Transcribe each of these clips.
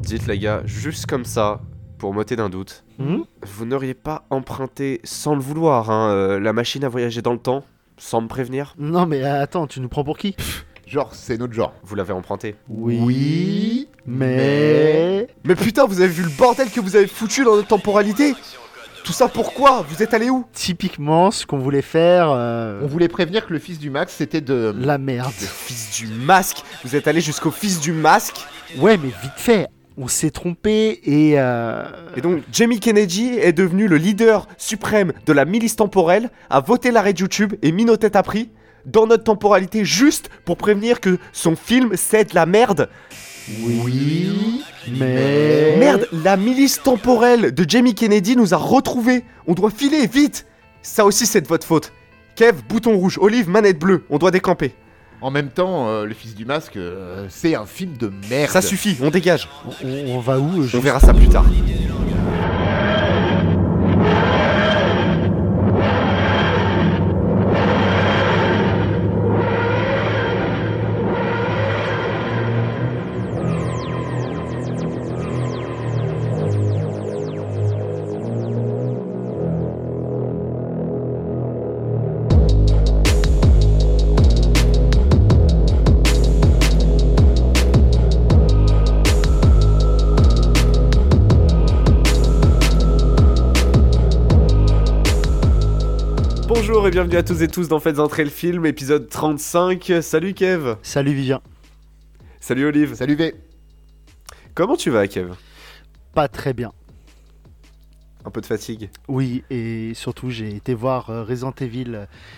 Dites les gars, juste comme ça, pour m'ôter d'un doute, vous n'auriez pas emprunté sans le vouloir la machine à voyager dans le temps, sans me prévenir? Non mais attends, tu nous prends pour qui? Genre, c'est notre genre. Vous l'avez emprunté. Oui, mais... Mais putain, vous avez vu le bordel que vous avez foutu dans notre temporalité? Tout ça pourquoi? Vous êtes allé où? Typiquement, ce qu'on voulait faire... On voulait prévenir que le fils du Max, c'était de... La merde. Le fils du masque. Vous êtes allé jusqu'au fils du masque. Ouais, mais vite fait. On s'est trompé et... Et donc, Jamie Kennedy est devenu le leader suprême de la milice temporelle, a voté l'arrêt de YouTube et mis nos têtes à prix dans notre temporalité juste pour prévenir que son film c'est de la merde. Oui, mais... Merde, la milice temporelle de Jamie Kennedy nous a retrouvés. On doit filer, vite. Ça aussi c'est de votre faute. Kev, bouton rouge, Olive, manette bleue, on doit décamper. En même temps, le fils du masque, c'est un film de merde. Ça suffit, on dégage. On va où On verra ça plus tard. Bonjour et bienvenue à tous et tous dans Faites entrer le film, épisode 35. Salut Kev. Salut Vivien. Salut Olive. Salut V. Comment tu vas Kev? Pas très bien. Un peu de fatigue. Oui, et surtout j'ai été voir Resident Evil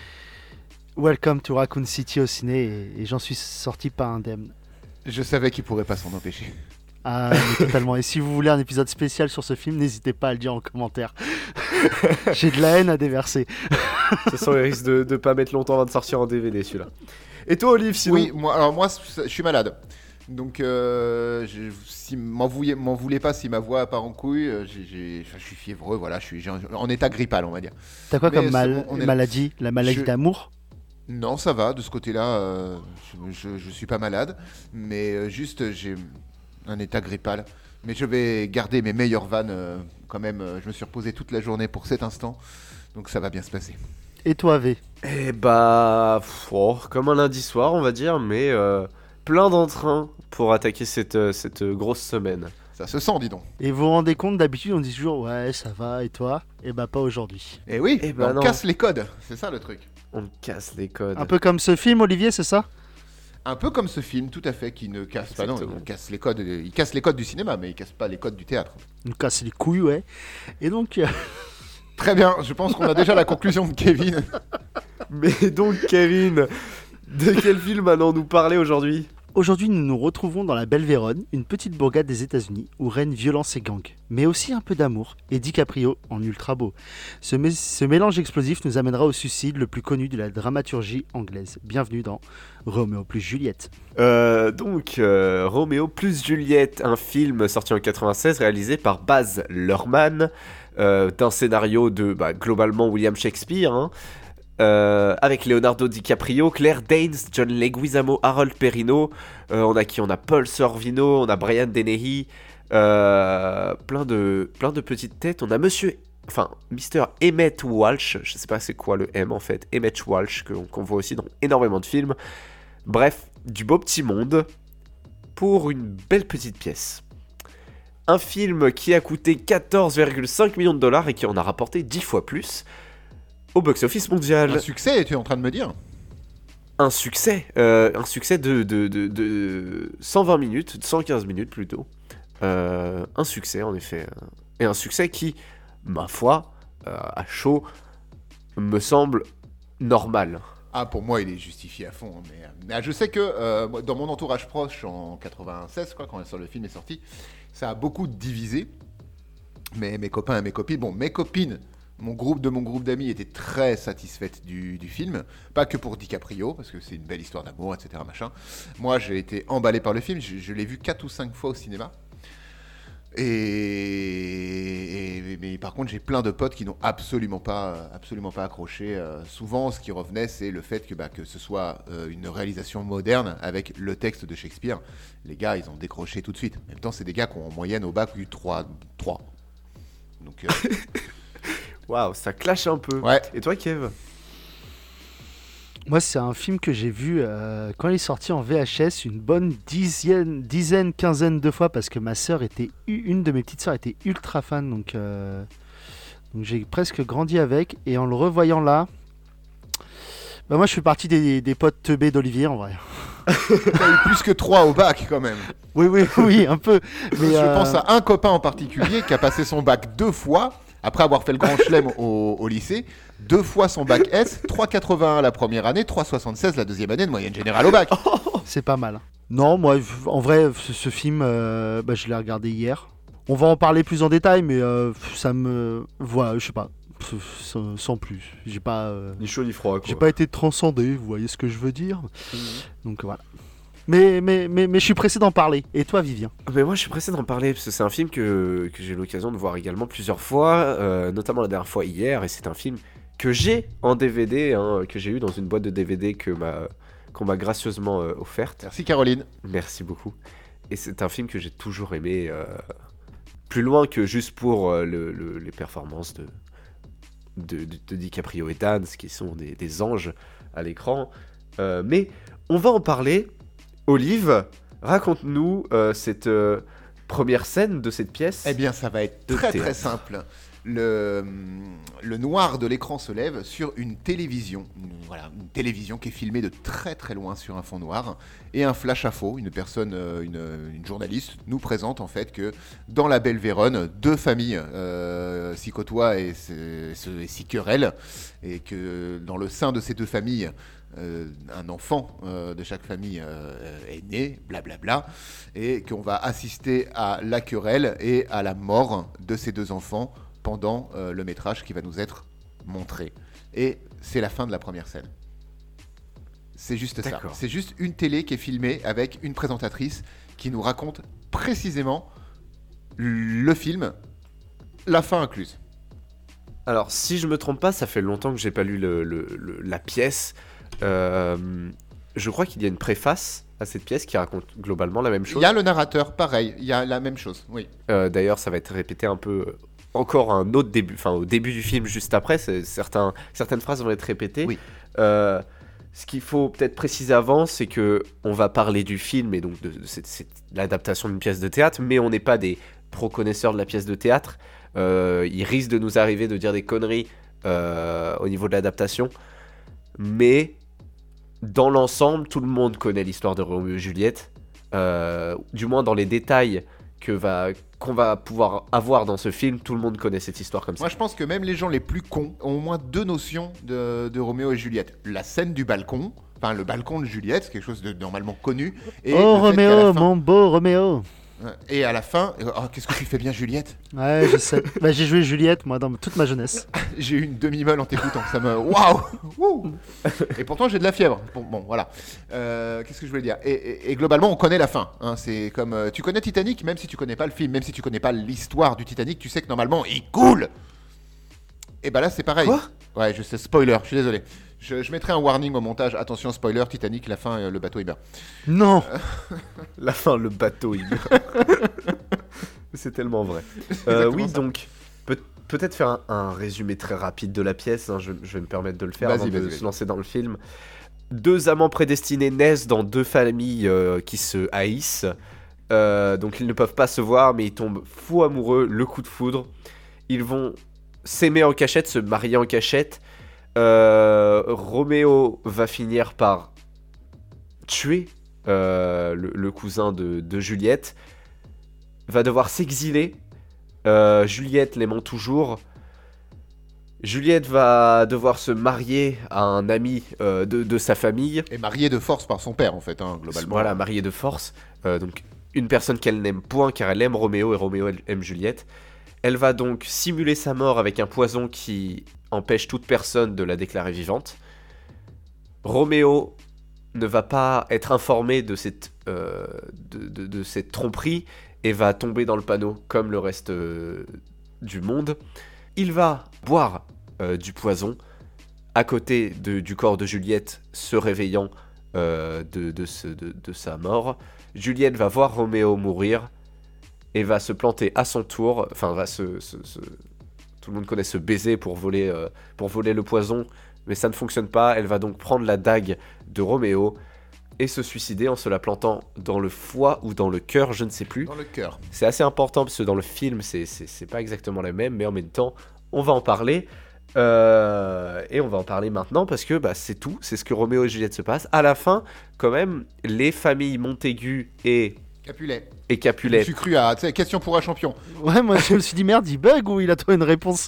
Welcome to Raccoon City au ciné et j'en suis sorti pas indemne. Je savais qu'il pourrait pas s'en empêcher. Ah, mais totalement. Et si vous voulez un épisode spécial sur ce film, n'hésitez pas à le dire en commentaire. J'ai de la haine à déverser. De toute façon, il risque de pas mettre longtemps avant de sortir en DVD celui-là. Et toi Olive, sinon? Oui, moi, je suis malade. Donc, si m'en voulez pas si ma voix part en couille, je suis fiévreux, voilà, je suis en état grippal, on va dire. T'as quoi Mais comme c'est bon, maladie? La maladie d'amour? Non, ça va, de ce côté-là, je suis pas malade, mais juste j'ai un état grippal. Mais je vais garder mes meilleures vannes quand même. Je me suis reposé toute la journée pour cet instant, donc ça va bien se passer. Et toi V? Eh bah, comme un lundi soir on va dire, mais plein d'entrain pour attaquer cette grosse semaine. Ça se sent, dis donc. Et vous vous rendez compte, d'habitude on dit toujours ouais ça va et toi? Et bah pas aujourd'hui. Et oui, Eh ben on non. casse les codes, c'est ça le truc. On casse les codes. Un peu comme ce film Olivier, c'est ça? Un peu comme ce film, tout à fait, qui ne casse pas, non, Exactement. il casse les codes, il casse les codes du cinéma, mais il casse pas les codes du théâtre. Il nous casse les couilles, ouais. Et donc... Très bien, je pense qu'on a déjà la conclusion de Kevin. Mais donc Kevin, de quel film allons-nous parler aujourd'hui? Aujourd'hui, nous nous retrouvons dans la Belle Vérone, une petite bourgade des États-Unis où règne violence et gang, mais aussi un peu d'amour et DiCaprio en ultra beau. Ce mélange explosif nous amènera au suicide le plus connu de la dramaturgie anglaise. Bienvenue dans Roméo plus Juliette. Roméo plus Juliette, un film sorti en 96 réalisé par Baz Luhrmann, d'un scénario de globalement William Shakespeare, avec Leonardo DiCaprio, Claire Danes, John Leguizamo, Harold Perrineau. On a Paul Sorvino, on a Brian Dennehy, plein de petites têtes. On a Mr. Emmett Walsh, je sais pas c'est quoi le M en fait, Emmett Walsh qu'on voit aussi dans énormément de films. Bref, du beau petit monde pour une belle petite pièce. Un film qui a coûté 14,5 millions de dollars et qui en a rapporté 10 fois plus au box-office mondial. Un succès, tu es en train de me dire? Un succès de 120 minutes, de 115 minutes plutôt. Un succès en effet. Et un succès qui, ma foi, à chaud, me semble normal. Ah, pour moi, il est justifié à fond. Mais je sais que moi, dans mon entourage proche, en 96, quand le film est sorti, ça a beaucoup divisé. Mais mes copains et mes copines, mes copines, mon groupe d'amis était très satisfaite du film. Pas que pour DiCaprio, parce que c'est une belle histoire d'amour, etc. Machin. Moi, j'ai été emballé par le film. Je l'ai vu 4 ou 5 fois au cinéma. Mais par contre, contre, j'ai plein de potes qui n'ont absolument pas accroché. Souvent, ce qui revenait, c'est le fait que ce soit une réalisation moderne avec le texte de Shakespeare. Les gars, ils ont décroché tout de suite. En même temps, c'est des gars qui ont en moyenne au bac eu 3. Donc, Waouh, ça clash un peu. ouais. Et toi, Kev? Moi, c'est un film que j'ai vu quand il est sorti en VHS une bonne quinzaine de fois parce que une de mes petites sœurs était ultra fan, donc j'ai presque grandi avec. Et en le revoyant là, bah moi je suis parti des potes teubés d'Olivier en vrai. T'as eu plus que 3 au bac quand même. Oui, un peu. Mais Je pense à un copain en particulier qui a passé son bac 2 fois, après avoir fait le grand chelem au lycée, 2 fois son bac S, 3,81 la première année, 3,76 la deuxième année de moyenne générale au bac. c'est pas mal. Non, moi en vrai, ce film, je l'ai regardé hier. On va en parler plus en détail, mais ça me... Voilà, je sais pas. Sans plus. J'ai pas... Ni chaud ni froid, quoi. J'ai pas été transcendé, vous voyez ce que je veux dire. Donc voilà. Mais je suis pressé d'en parler. Et toi, Vivien? Mais moi, je suis pressé d'en parler parce que c'est un film que j'ai eu l'occasion de voir également plusieurs fois, notamment la dernière fois hier. Et c'est un film que j'ai en DVD, que j'ai eu dans une boîte de DVD qu'on m'a gracieusement offerte. Merci Caroline. Merci beaucoup. Et c'est un film que j'ai toujours aimé, plus loin que juste pour les performances de DiCaprio et Dan, qui sont des anges à l'écran. Mais on va en parler. Olive, raconte-nous cette première scène de cette pièce. Eh bien, ça va être de très théâtre. simple. Le noir de l'écran se lève sur une télévision. Une télévision qui est filmée de très très loin sur un fond noir. Et un flash à faux, une journaliste nous présente en fait que dans la belle Vérone, 2 familles s'y côtoient et s'y querellent. Et que dans le sein de ces 2 familles, un enfant de chaque famille est né, blablabla, et qu'on va assister à la querelle et à la mort de ces 2 enfants pendant le métrage qui va nous être montré. Et c'est la fin de la première scène. C'est juste ça. D'accord. C'est juste une télé qui est filmée avec une présentatrice qui nous raconte précisément le film, la fin incluse. Alors, si je me trompe pas, ça fait longtemps que j'ai pas lu la pièce. Je crois qu'il y a une préface à cette pièce qui raconte globalement la même chose. Il y a le narrateur, pareil, il y a la même chose, oui. D'ailleurs, ça va être répété un peu encore un autre début, enfin au début du film, juste après, certaines phrases vont être répétées. Oui. Ce qu'il faut peut-être préciser avant, c'est que on va parler du film et donc de l'adaptation d'une pièce de théâtre, mais on n'est pas des pro-connaisseurs de la pièce de théâtre. Il risque de nous arriver de dire des conneries au niveau de l'adaptation, mais dans l'ensemble, tout le monde connaît l'histoire de Roméo et Juliette, du moins dans les détails qu'on va pouvoir avoir dans ce film, tout le monde connaît cette histoire comme ça. Moi, je pense que même les gens les plus cons ont au moins 2 notions de Roméo et Juliette. La scène du balcon, enfin le balcon de Juliette, c'est quelque chose de normalement connu. Et Oh le fait qu'à la Roméo, fin- mon beau Roméo. Et à la fin, oh, qu'est-ce que tu fais bien, Juliette? Ouais, je sais. J'ai joué Juliette, moi, dans toute ma jeunesse. J'ai eu une demi-molle en t'écoutant, ça me... Waouh. Wouh. Et pourtant, j'ai de la fièvre. Bon, voilà. Qu'est-ce que je voulais dire? Et globalement, on connaît la fin. Hein. C'est comme... tu connais Titanic, même si tu connais pas le film, même si tu connais pas l'histoire du Titanic, tu sais que normalement, il coule. Et bah là, c'est pareil. Quoi? Ouais, je sais, spoiler, je suis désolé. Je mettrai un warning au montage. Attention, spoiler, Titanic, la fin, le bateau, il meurt. Non. La fin, le bateau, il meurt. C'est tellement vrai. Oui, ça. donc, peut-être faire un résumé très rapide de la pièce. Hein, je vais me permettre de le faire Vas-y, avant de vas-y. se lancer dans le film. 2 amants prédestinés naissent dans 2 familles qui se haïssent. Donc, ils ne peuvent pas se voir, mais ils tombent fous amoureux, le coup de foudre. Ils vont s'aimer en cachette, se marier en cachette. Roméo va finir par tuer le cousin de Juliette, va devoir s'exiler. Juliette l'aimant toujours. Juliette va devoir se marier à un ami de sa famille. Et marié de force par son père, en fait, hein, globalement. Voilà, mariée de force. Donc une personne qu'elle n'aime point car elle aime Roméo et Roméo elle aime Juliette. Elle va donc simuler sa mort avec un poison qui empêche toute personne de la déclarer vivante. Roméo ne va pas être informé de cette tromperie et va tomber dans le panneau comme le reste du monde. Il va boire du poison à côté du corps de Juliette se réveillant de sa mort. Juliette va voir Roméo mourir et va se planter à son tour, enfin tout le monde connaît ce baiser pour voler le poison, mais ça ne fonctionne pas. Elle va donc prendre la dague de Roméo et se suicider en se la plantant dans le foie ou dans le cœur, je ne sais plus. Dans le cœur. C'est assez important parce que dans le film, c'est pas exactement la même, mais en même temps, on va en parler. Et on va en parler maintenant parce que c'est tout, c'est ce que Roméo et Juliette se passe. À la fin, quand même, les familles Montaigu et Capulet. Et Capulet. Je suis cru à question pour un champion. Ouais, moi je me suis dit merde, il bug ou il a trouvé une réponse.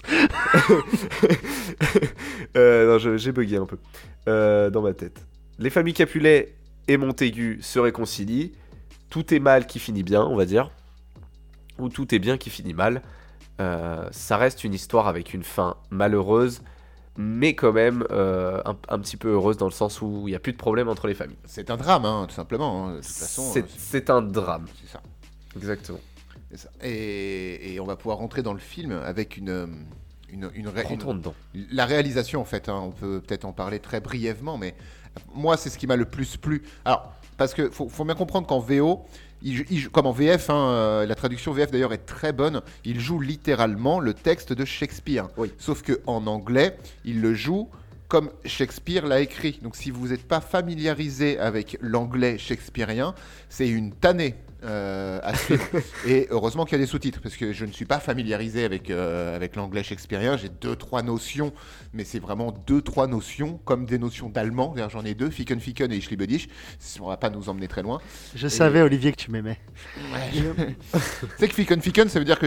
Non, j'ai bugué un peu dans ma tête. Les familles Capulet et Montaigu se réconcilient. Tout est mal qui finit bien, on va dire. Ou tout est bien qui finit mal. Ça reste une histoire avec une fin malheureuse, mais quand même un petit peu heureuse dans le sens où il n'y a plus de problème entre les familles. C'est un drame, tout simplement. De toute façon, c'est un drame. C'est ça. Exactement. C'est ça. Et on va pouvoir rentrer dans le film avec Rentrons dedans. La réalisation, en fait, on peut peut-être en parler très brièvement, mais moi, c'est ce qui m'a le plus plu. Alors, parce que faut bien comprendre qu'en VO, comme en VF, la traduction VF d'ailleurs est très bonne, il joue littéralement le texte de Shakespeare. Oui. Sauf qu'en anglais, il le joue comme Shakespeare l'a écrit. Donc si vous n'êtes pas familiarisé avec l'anglais shakespearien, c'est une tannée à suivre. Et heureusement qu'il y a des sous-titres, parce que je ne suis pas familiarisé avec l'anglais shakespearien. J'ai 2-3 notions, mais c'est vraiment 2-3 notions, comme des notions d'allemand. D'ailleurs, j'en ai 2, Ficken et Ich liebe dich. On ne va pas nous emmener très loin. Je savais, Olivier, que tu m'aimais. Ouais. Tu sais que Ficken, ça veut dire que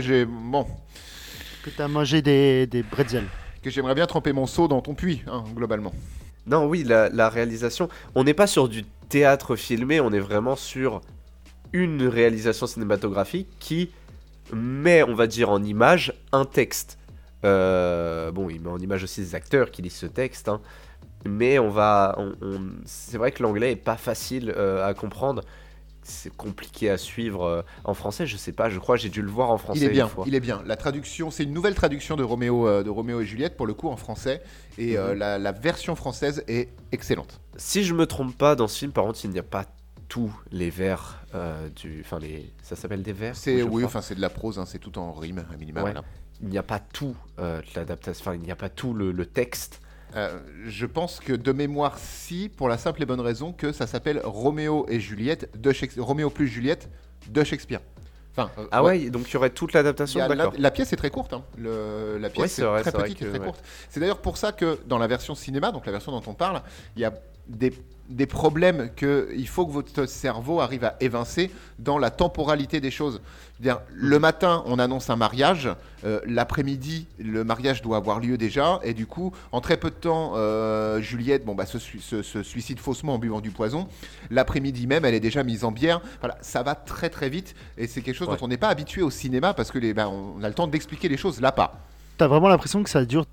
que tu as mangé des bretzels. Que j'aimerais bien tremper mon seau dans ton puits, globalement. Non, oui, la réalisation. On n'est pas sur du théâtre filmé, on est vraiment sur une réalisation cinématographique qui met, on va dire, en image un texte. Il met en image aussi des acteurs qui lisent ce texte, mais c'est vrai que l'anglais est pas facile à comprendre. C'est compliqué à suivre en français, je sais pas, je crois que j'ai dû le voir en français. Il est bien. La traduction, c'est une nouvelle traduction de Roméo et Juliette, pour le coup, en français. Et la version française est excellente. Si je me trompe pas, dans ce film, par contre, il n'y a pas tous les vers ça s'appelle des vers? C'est de la prose, c'est tout en rime, à minima. Ouais. Voilà. Il n'y a pas tout l'adaptation, il n'y a pas tout le texte. Je pense que de mémoire, si, pour la simple et bonne raison que ça s'appelle Roméo et Juliette Roméo plus Juliette de Shakespeare. Ouais, donc il y aurait toute l'adaptation, d'accord. La pièce est très courte, la pièce est très petite et très courte. C'est d'ailleurs pour ça que dans la version cinéma, donc la version dont on parle, il y a des problèmes qu'il faut que votre cerveau arrive à évincer dans la temporalité des choses. C'est-à-dire, le matin, on annonce un mariage, l'après-midi, le mariage doit avoir lieu déjà, et du coup, en très peu de temps, Juliette se suicide faussement en buvant du poison. L'après-midi même, elle est déjà mise en bière. Voilà, ça va très très vite, et c'est quelque chose dont on n'est pas habitué au cinéma, parce que on a le temps d'expliquer les choses, là pas. T'as vraiment l'impression que ça dure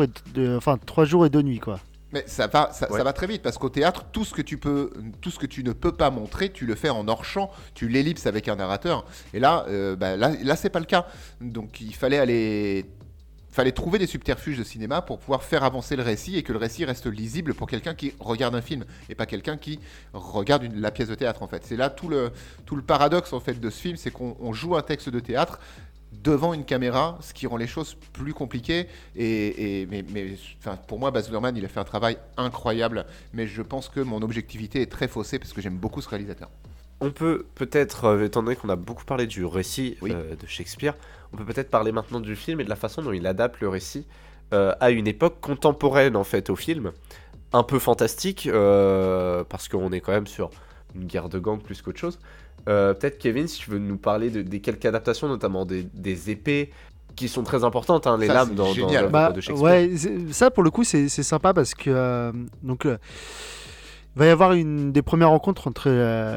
3 jours et 2 nuits, quoi. Mais ça va très vite, parce qu'au théâtre, tout ce que tu ne peux pas montrer, tu le fais en hors-champ, tu l'ellipses avec un narrateur. Et là, c'est pas le cas. Donc il fallait trouver des subterfuges de cinéma pour pouvoir faire avancer le récit et que le récit reste lisible pour quelqu'un qui regarde un film et pas quelqu'un qui regarde la pièce de théâtre, en fait. C'est là tout le paradoxe, en fait, de ce film, c'est qu'on joue un texte de théâtre devant une caméra, ce qui rend les choses plus compliquées. Pour moi, Baz Luhrmann, il a fait un travail incroyable, mais je pense que mon objectivité est très faussée parce que j'aime beaucoup ce réalisateur. On peut peut-être, étant donné qu'on a beaucoup parlé du récit de Shakespeare, on peut peut-être parler maintenant du film et de la façon dont il adapte le récit à une époque contemporaine, en fait, au film. Un peu fantastique, parce qu'on est quand même sur une guerre de gangs plus qu'autre chose. Peut-être, Kevin, si tu veux nous parler des quelques adaptations, notamment des épées, qui sont très importantes, les lames dans l'œuvre de Shakespeare. Ouais, ça, pour le coup, c'est sympa parce que... il va y avoir des premières rencontres entre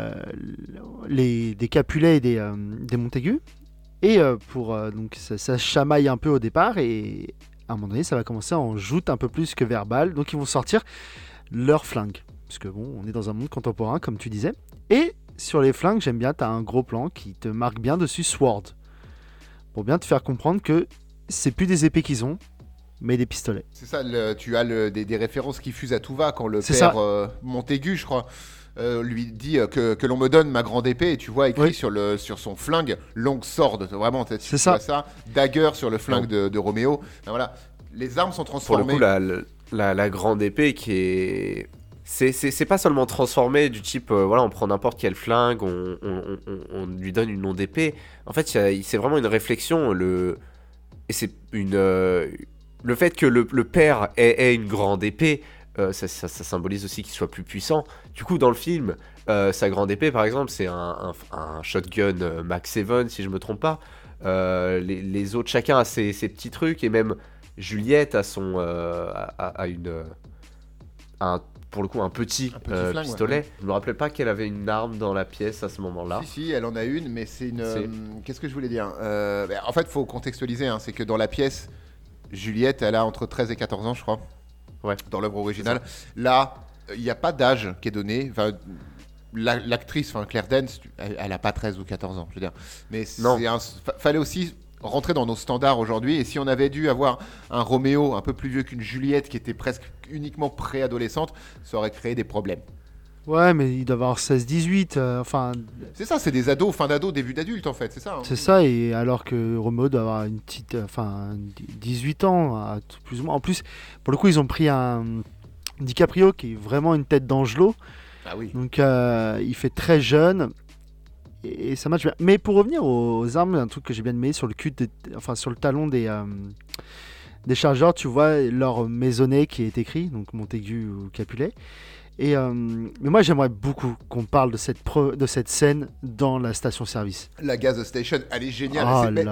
des Capulet et des Montaigu. Et donc ça chamaille un peu au départ. Et à un moment donné, ça va commencer à en joute un peu plus que verbal. Donc ils vont sortir leurs flingues. Parce que on est dans un monde contemporain, comme tu disais. Et sur les flingues, j'aime bien, tu as un gros plan qui te marque bien dessus Sword. Pour bien te faire comprendre que c'est plus des épées qu'ils ont, mais des pistolets. C'est ça, tu as des références qui fusent à tout va quand le C'est père Montaigu, je crois, lui dit que l'on me donne ma grande épée, et tu vois écrit sur son flingue long sword, vraiment, tu vois ça, dagger sur le flingue de Roméo. Ben voilà, les armes sont transformées. Pour le coup, la grande épée qui est... C'est pas seulement transformé du type, voilà, on prend n'importe quel flingue, on lui donne une nom d'épée. En fait, c'est vraiment une réflexion, et c'est le fait que le père ait une grande épée, ça symbolise aussi qu'il soit plus puissant. Du coup, dans le film, sa grande épée, par exemple, c'est un shotgun Mac 7, si je me trompe pas. Les autres, chacun a ses petits trucs, et même Juliette a pour le coup, un petit flingue, pistolet. Ouais. Je me rappelais pas qu'elle avait une arme dans la pièce à ce moment-là. Si, elle en a une, mais c'est une... qu'est-ce que je voulais dire en fait, il faut contextualiser, c'est que dans la pièce, Juliette, elle a entre 13 et 14 ans, je crois, dans l'œuvre originale. Là, il n'y a pas d'âge qui est donné. Enfin, l'actrice, Claire Danes, elle n'a pas 13 ou 14 ans, je veux dire. Mais fallait aussi rentrer dans nos standards aujourd'hui, et si on avait dû avoir un Roméo un peu plus vieux qu'une Juliette qui était presque uniquement préadolescente, ça aurait créé des problèmes. Ouais, mais il doit avoir 16-18, enfin... C'est ça, c'est des ados, fin d'ado, début d'adulte en fait, c'est ça. C'est ça, et alors que Roméo doit avoir une petite... 18 ans, plus ou moins. En plus, pour le coup, ils ont pris un DiCaprio qui est vraiment une tête d'Angelo. Ah oui. Donc, il fait très jeune... Et ça marche bien. Mais pour revenir aux armes, un truc que j'ai bien aimé sur sur le talon des chargeurs, tu vois leur maisonnet qui est écrit, donc Montaigu ou Capulet. Mais moi j'aimerais beaucoup qu'on parle de cette scène dans la station-service. La gas station, elle est géniale.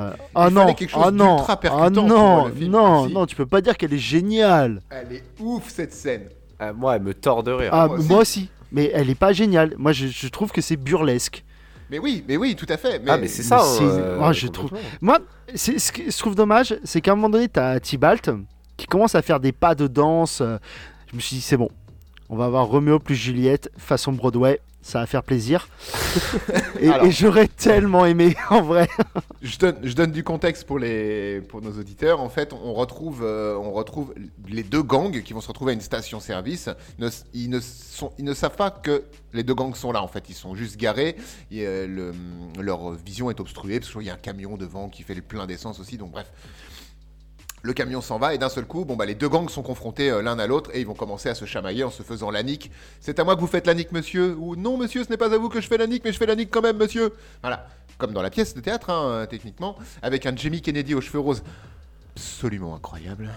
Non, tu peux pas dire qu'elle est géniale. Elle est ouf cette scène. Moi elle me tord de rire. Moi aussi. Mais elle est pas géniale. Moi je trouve que c'est burlesque. Mais oui, tout à fait. Mais c'est ça. Moi, je trouve. Moi, ce que je trouve dommage, c'est qu'à un moment donné, t'as Tybalt qui commence à faire des pas de danse. Je me suis dit, c'est bon, on va avoir Roméo plus Juliette façon Broadway. Ça va faire plaisir. et j'aurais tellement aimé, en vrai. Je donne du contexte pour nos auditeurs. En fait, on retrouve les deux gangs qui vont se retrouver à une station-service. Ils ne savent pas que les deux gangs sont là. En fait, ils sont juste garés. Et, leur vision est obstruée parce qu'il y a un camion devant qui fait le plein d'essence aussi. Donc bref. Le camion s'en va et d'un seul coup, les deux gangs sont confrontés l'un à l'autre et ils vont commencer à se chamailler en se faisant la nique. C'est à moi que vous faites la nique, monsieur. Ou non, monsieur, ce n'est pas à vous que je fais la nique, mais je fais la nique quand même, monsieur. Voilà, comme dans la pièce de théâtre, techniquement, avec un Jamie Kennedy aux cheveux roses. Absolument incroyable.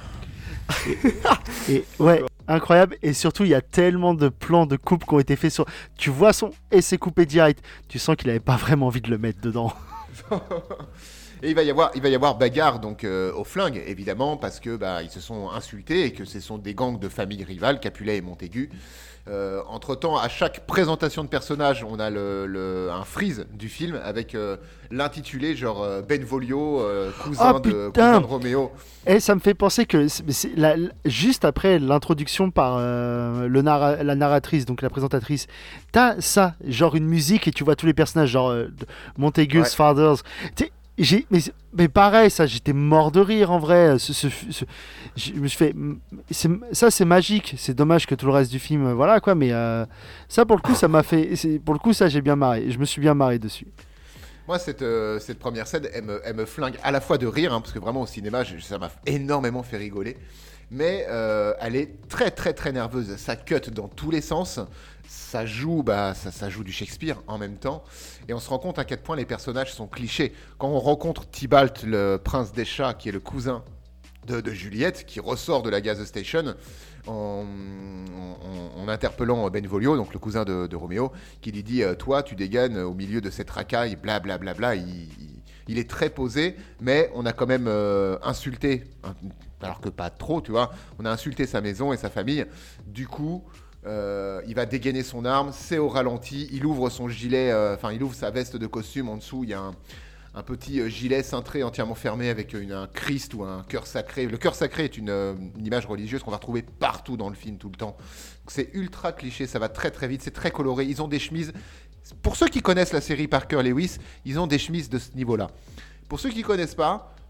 Et ouais, incroyable. Et surtout, il y a tellement de plans de coupe qui ont été faits sur... Tu vois et c'est coupé direct. Tu sens qu'il n'avait pas vraiment envie de le mettre dedans. Et il va y avoir bagarre donc au flingue évidemment parce que ils se sont insultés et que ce sont des gangs de familles rivales, Capulet et Montaigu. Entre-temps, à chaque présentation de personnage, on a un freeze du film avec l'intitulé genre Benvolio, cousin de Roméo. Et ça me fait penser que juste après l'introduction par la narratrice, donc la présentatrice, t'as ça, genre une musique et tu vois tous les personnages, genre Montaigus, Fathers. Mais pareil, ça, j'étais mort de rire en vrai. Je me suis fait, ça c'est magique. C'est dommage que tout le reste du film, voilà quoi. Mais ça pour le coup, ça m'a fait. Pour le coup, ça j'ai bien marré. Je me suis bien marré dessus. Moi, cette première scène, elle me flingue à la fois de rire, parce que vraiment au cinéma, ça m'a énormément fait rigoler. Mais elle est très très très nerveuse. Ça cut dans tous les sens. Ça joue, ça joue du Shakespeare en même temps. Et on se rend compte à quel point les personnages sont clichés. Quand on rencontre Tybalt, le prince des chats, qui est le cousin de Juliette, qui ressort de la gas station en interpellant Benvolio, donc le cousin de Roméo, qui lui dit « Toi, tu dégaines au milieu de cette racaille, blablabla. Bla, bla, bla. » Il est très posé, mais on a quand même insulté, alors que pas trop, tu vois. On a insulté sa maison et sa famille. Du coup... il va dégainer son arme, c'est au ralenti, il ouvre son gilet, il ouvre sa veste de costume, en dessous il y a un petit gilet cintré entièrement fermé avec un Christ ou un cœur sacré. Le cœur sacré est une image religieuse qu'on va retrouver partout dans le film tout le temps. Donc, c'est ultra cliché, ça va très très vite, c'est très coloré, ils ont des chemises, pour ceux qui connaissent la série Parker Lewis, ils ont des chemises de ce niveau-là. Pour ceux qui ne connaissent pas,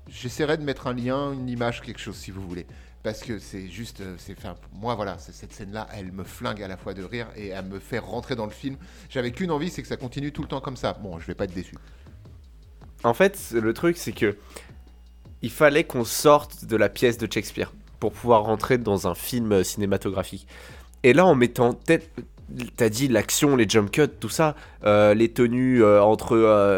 j'essaierai de mettre un lien, une image, quelque chose si vous voulez. Parce que c'est juste, moi voilà, cette scène-là, elle me flingue à la fois de rire et elle me fait rentrer dans le film. J'avais qu'une envie, c'est que ça continue tout le temps comme ça. Bon, je vais pas être déçu. En fait, le truc, c'est que il fallait qu'on sorte de la pièce de Shakespeare pour pouvoir rentrer dans un film cinématographique. Et là, en mettant t'as dit l'action, les jump cuts, tout ça, les tenues entre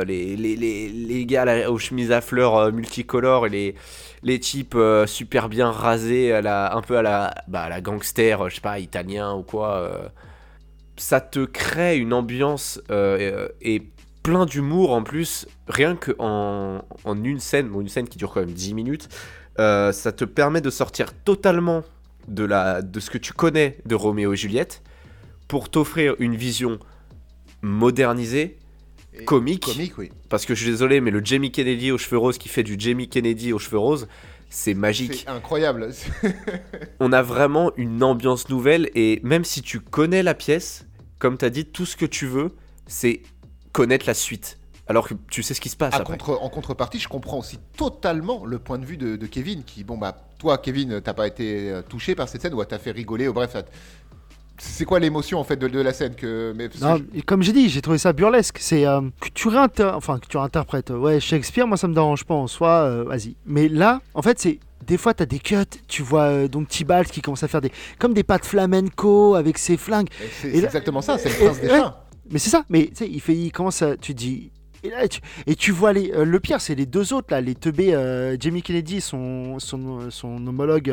les gars aux chemises à fleurs multicolores et les types super bien rasés, un peu à la gangster, je sais pas, italien ou quoi. Ça te crée une ambiance et plein d'humour en plus, rien qu'en une scène qui dure quand même 10 minutes, ça te permet de sortir totalement de ce que tu connais de Roméo et Juliette pour t'offrir une vision modernisée, comique, oui. Parce que je suis désolé, mais le Jamie Kennedy aux cheveux roses qui fait du Jamie Kennedy aux cheveux roses, c'est magique. C'est incroyable. On a vraiment une ambiance nouvelle, et même si tu connais la pièce, comme tu as dit, tout ce que tu veux, c'est connaître la suite. Alors que tu sais ce qui se passe après. En contrepartie, je comprends aussi totalement le point de vue de Kevin, qui, toi, Kevin, t'as pas été touché par cette scène, ou t'as fait rigoler, ou bref, c'est quoi l'émotion en fait de la scène Comme j'ai dit, j'ai trouvé ça burlesque. C'est que tu réinterprètes. Ouais, Shakespeare, moi ça me dérange pas en soi. Vas-y. Mais là, en fait, c'est des fois t'as des cuts. Tu vois donc Tybalt qui commence à faire comme des pas de flamenco avec ses flingues. C'est exactement ça. C'est le prince des chats. Mais c'est ça. Mais tu sais, il commence à. Tu dis. Et tu vois le pire, c'est les deux autres là, les teubés, Jamie Kennedy, son homologue,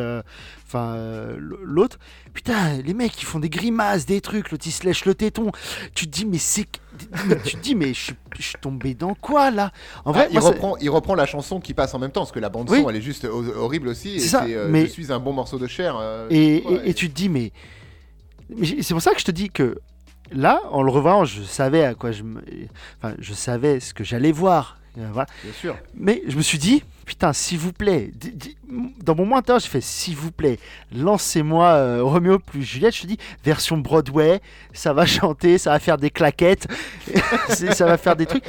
l'autre. Putain, les mecs ils font des grimaces, des trucs, l'autre il se lèche le téton. Tu te dis mais je suis tombé dans quoi là? En vrai, il reprend la chanson qui passe en même temps, parce que la bande son elle est juste horrible aussi. C'est ça. Je suis un bon morceau de chair. Et tu te dis mais c'est pour ça que je te dis que. Là, en le revoyant, je savais à quoi je savais ce que j'allais voir. Voilà. Bien sûr. Mais je me suis dit, putain, s'il vous plaît, dans mon moins intérieur, j'ai fait, s'il vous plaît, lancez-moi Roméo plus Juliette. Je te dis, version Broadway, ça va chanter, ça va faire des claquettes, ça va faire des trucs.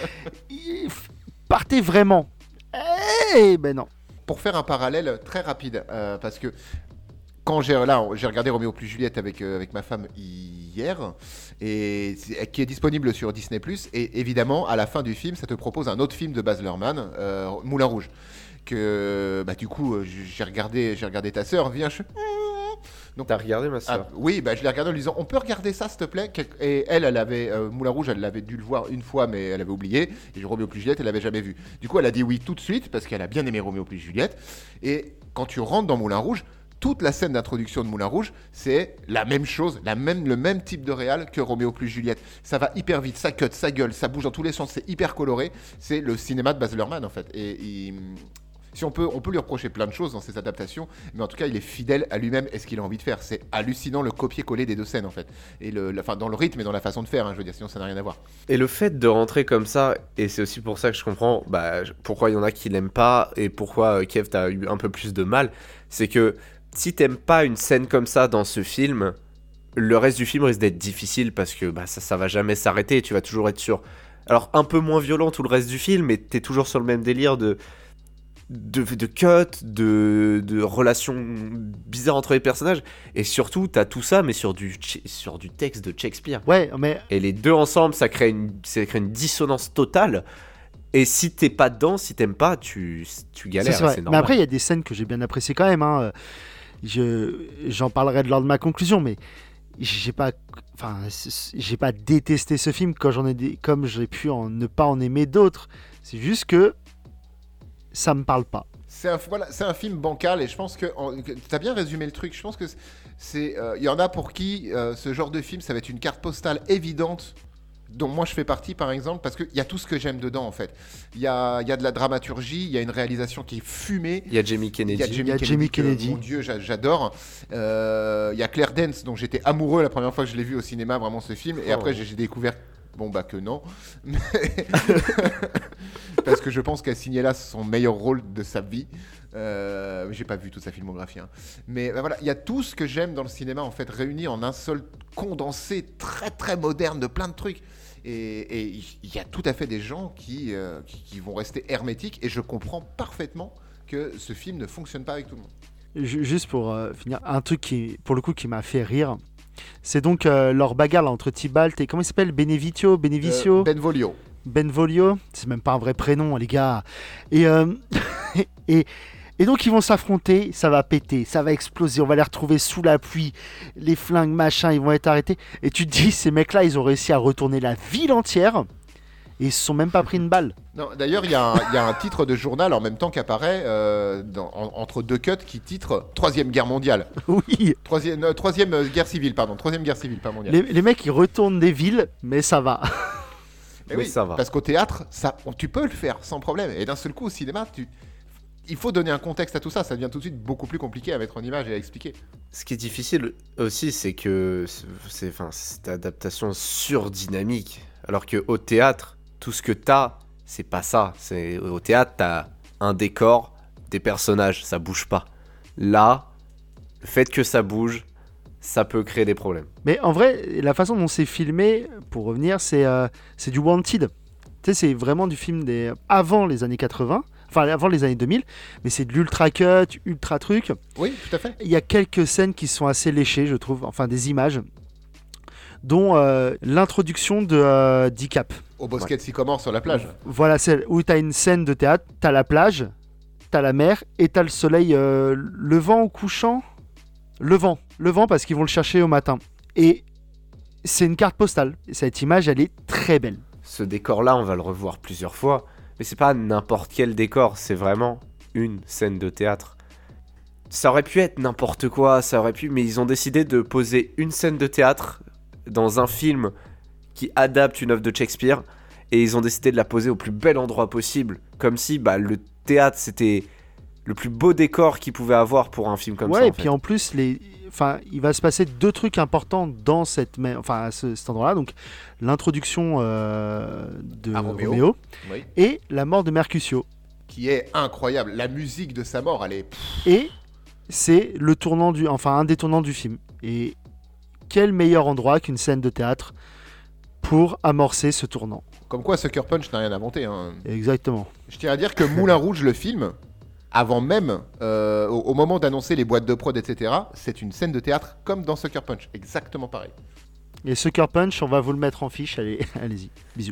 Partez vraiment. Eh ben non. Pour faire un parallèle très rapide, parce que quand j'ai regardé Roméo plus Juliette avec ma femme hier, et qui est disponible sur Disney+, et évidemment à la fin du film ça te propose un autre film de Baz Luhrmann, Moulin Rouge, que du coup j'ai regardé ta sœur, viens. Donc, t'as regardé ma sœur? Oui, je l'ai regardé en lui disant on peut regarder ça s'il te plaît, et elle avait Moulin Rouge, elle l'avait dû le voir une fois mais elle avait oublié, et Roméo plus Juliette elle l'avait jamais vu. Du coup elle a dit oui tout de suite parce qu'elle a bien aimé Roméo plus Juliette. Et quand tu rentres dans Moulin Rouge, toute la scène d'introduction de Moulin Rouge, c'est la même chose, le même type de réal que Roméo plus Juliette. Ça va hyper vite, ça cut, ça gueule, ça bouge dans tous les sens, c'est hyper coloré. C'est le cinéma de Baz Luhrmann en fait. Et si on peut lui reprocher plein de choses dans ses adaptations, mais en tout cas il est fidèle à lui-même et ce qu'il a envie de faire. C'est hallucinant le copier-coller des deux scènes en fait. Et dans le rythme et dans la façon de faire, je veux dire, sinon ça n'a rien à voir. Et le fait de rentrer comme ça, et c'est aussi pour ça que je comprends pourquoi il y en a qui l'aiment pas et pourquoi Kev t'as eu un peu plus de mal, c'est que si t'aimes pas une scène comme ça dans ce film, le reste du film risque d'être difficile parce que ça va jamais s'arrêter, tu vas toujours être sur... Alors un peu moins violent tout le reste du film, mais t'es toujours sur le même délire de cut, de relations bizarres entre les personnages, et surtout t'as tout ça mais sur du texte de Shakespeare. Ouais, mais... Et les deux ensemble, ça crée une dissonance totale. Et si t'es pas dedans, si t'aimes pas, tu galères, c'est normal. Mais après, il y a des scènes que j'ai bien appréciées quand même. J'en parlerai lors de ma conclusion, mais j'ai pas détesté ce film comme j'ai pu ne pas en aimer d'autres. C'est juste que ça me parle pas. C'est un film bancal, et je pense que tu as bien résumé le truc. Je pense que il y en a pour qui ce genre de film, ça va être une carte postale évidente, dont moi je fais partie par exemple, parce qu'il y a tout ce que j'aime dedans en fait. Il y a de la dramaturgie, il y a une réalisation qui est fumée. Il y a Jamie Kennedy. Mon Dieu, j'adore. Il y a Claire Danes, dont j'étais amoureux la première fois que je l'ai vu au cinéma, vraiment ce film. Et après j'ai découvert que non. Parce que je pense qu'elle signait là son meilleur rôle de sa vie. J'ai pas vu toute sa filmographie. Mais voilà, il y a tout ce que j'aime dans le cinéma en fait, réuni en un seul condensé très très moderne de plein de trucs. Et il y a tout à fait des gens qui vont rester hermétiques, et je comprends parfaitement que ce film ne fonctionne pas avec tout le monde. Juste pour finir, un truc qui, pour le coup, qui m'a fait rire, c'est donc leur bagarre là, entre Tybalt et comment il s'appelle, Benevicio, Benvolio. Benvolio, c'est même pas un vrai prénom, les gars. Et, et, et donc ils vont s'affronter, ça va péter, ça va exploser, on va les retrouver sous la pluie, les flingues, machin, ils vont être arrêtés. Et tu te dis, ces mecs-là, ils ont réussi à retourner la ville entière et ils se sont même pas pris une balle. Non, d'ailleurs, il y a un titre de journal en même temps qui apparaît entre deux cuts qui titre Troisième Guerre mondiale. Oui. Troisième guerre civile, pardon. Troisième guerre civile, pas mondiale. Les mecs, ils retournent des villes, mais ça va. Mais oui, oui, ça va. Parce qu'au théâtre, tu peux le faire sans problème. Et d'un seul coup, au cinéma, il faut donner un contexte à tout ça. Ça devient tout de suite beaucoup plus compliqué à mettre en image et à expliquer. Ce qui est difficile aussi, c'est que c'est cette adaptation surdynamique. Alors qu'au théâtre, tout ce que t'as, c'est pas ça. Au théâtre, t'as un décor, des personnages, ça bouge pas. Là, le fait que ça bouge, ça peut créer des problèmes. Mais en vrai, la façon dont c'est filmé, pour revenir, c'est du Wanted. Tu sais, c'est vraiment du film avant les années 80, enfin avant les années 2000, mais c'est de l'ultra cut, ultra truc. Oui, tout à fait. Il y a quelques scènes qui sont assez léchées, je trouve, enfin des images, dont l'introduction de Dicap. Au bosquet de sycomore sur la plage. Voilà, celle où tu as une scène de théâtre, tu as la plage, tu as la mer et tu as le soleil levant ou couchant. Levant parce qu'ils vont le chercher au matin. Et c'est une carte postale. Cette image, elle est très belle. Ce décor-là, on va le revoir plusieurs fois, mais c'est pas n'importe quel décor, c'est vraiment une scène de théâtre. Ça aurait pu être n'importe quoi, mais ils ont décidé de poser une scène de théâtre dans un film qui adapte une œuvre de Shakespeare, et ils ont décidé de la poser au plus bel endroit possible, comme si le théâtre c'était le plus beau décor qu'ils pouvaient avoir pour un film comme ça. Ouais, et puis en plus, il va se passer deux trucs importants dans cet endroit-là. Donc, l'introduction de Roméo oui. Et la mort de Mercutio. Qui est incroyable. La musique de sa mort, elle est... Et c'est un des tournants du film. Et quel meilleur endroit qu'une scène de théâtre pour amorcer ce tournant. Comme quoi, Sucker Punch n'a rien inventé. Hein. Exactement. Je tiens à dire que Moulin Rouge, le film, avant même, au moment d'annoncer les boîtes de prod, etc., c'est une scène de théâtre comme dans Sucker Punch. Exactement pareil. Et Sucker Punch, on va vous le mettre en fiche. Allez-y. Bisous.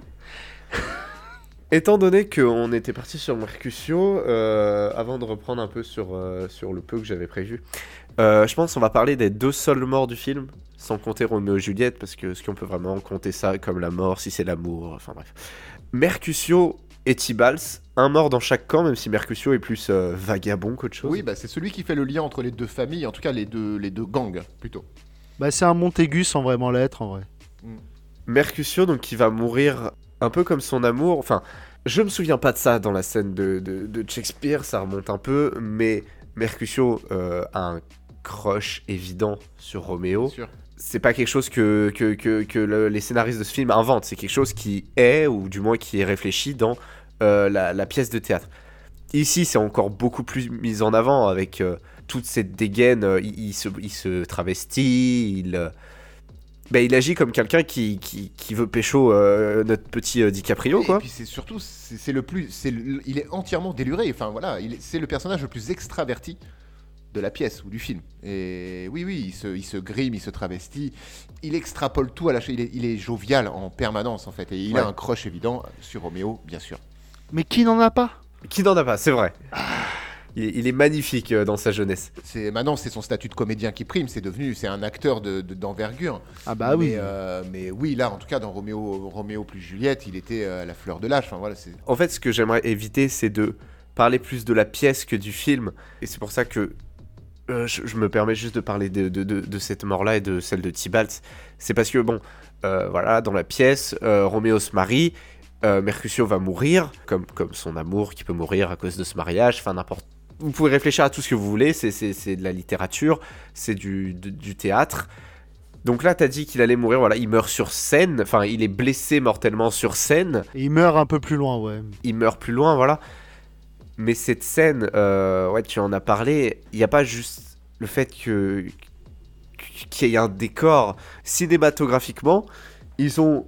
Étant donné qu'on était parti sur Mercutio, avant de reprendre un peu sur le peu que j'avais prévu, je pense qu'on va parler des deux seules morts du film, sans compter Roméo et Juliette, parce que est-ce qu'on peut vraiment compter ça comme la mort, si c'est l'amour, enfin bref. Mercutio et Tybalt, un mort dans chaque camp, même si Mercutio est plus vagabond qu'autre chose. Oui, c'est celui qui fait le lien entre les deux familles, en tout cas les deux gangs, plutôt. C'est un Montaigu sans vraiment l'être, en vrai. Mercutio, donc, qui va mourir un peu comme son amour, enfin, je me souviens pas de ça dans la scène de Shakespeare, ça remonte un peu, mais Mercutio a un crush évident sur Roméo. C'est pas quelque chose que les scénaristes de ce film inventent, c'est quelque chose qui est, ou du moins qui est réfléchi dans la pièce de théâtre. Ici, c'est encore beaucoup plus mis en avant avec toute cette dégaine, il se travestit, il agit comme quelqu'un qui veut pécho notre petit DiCaprio, quoi. Et puis c'est surtout, il est entièrement déluré. Enfin voilà, c'est le personnage le plus extraverti de la pièce ou du film. Et oui, il se grime, il se travestit, il extrapole tout à la chose. Il est jovial en permanence en fait, et il a un crush évident sur Roméo, bien sûr. Mais qui n'en a pas ? Qui n'en a pas, c'est vrai. Il est magnifique dans sa jeunesse. Maintenant, c'est son statut de comédien qui prime. C'est un acteur d'envergure. Ah bah oui. Mais oui, là, en tout cas, dans Roméo plus Juliette, il était à la fleur de l'âge. Enfin, voilà, en fait, ce que j'aimerais éviter, c'est de parler plus de la pièce que du film. Et c'est pour ça que je me permets juste de parler de cette mort-là et de celle de Tybalt. C'est parce que, voilà, dans la pièce, Roméo se marie. Mercutio va mourir, comme son amour qui peut mourir à cause de ce mariage. Enfin, n'importe. Vous pouvez réfléchir à tout ce que vous voulez, c'est de la littérature, c'est du théâtre. Donc là, t'as dit qu'il allait mourir, voilà, il meurt sur scène, enfin, il est blessé mortellement sur scène. Et il meurt un peu plus loin, ouais. Il meurt plus loin, voilà. Mais cette scène, tu en as parlé, il n'y a pas juste le fait qu'il y ait un décor. Cinématographiquement, ils ont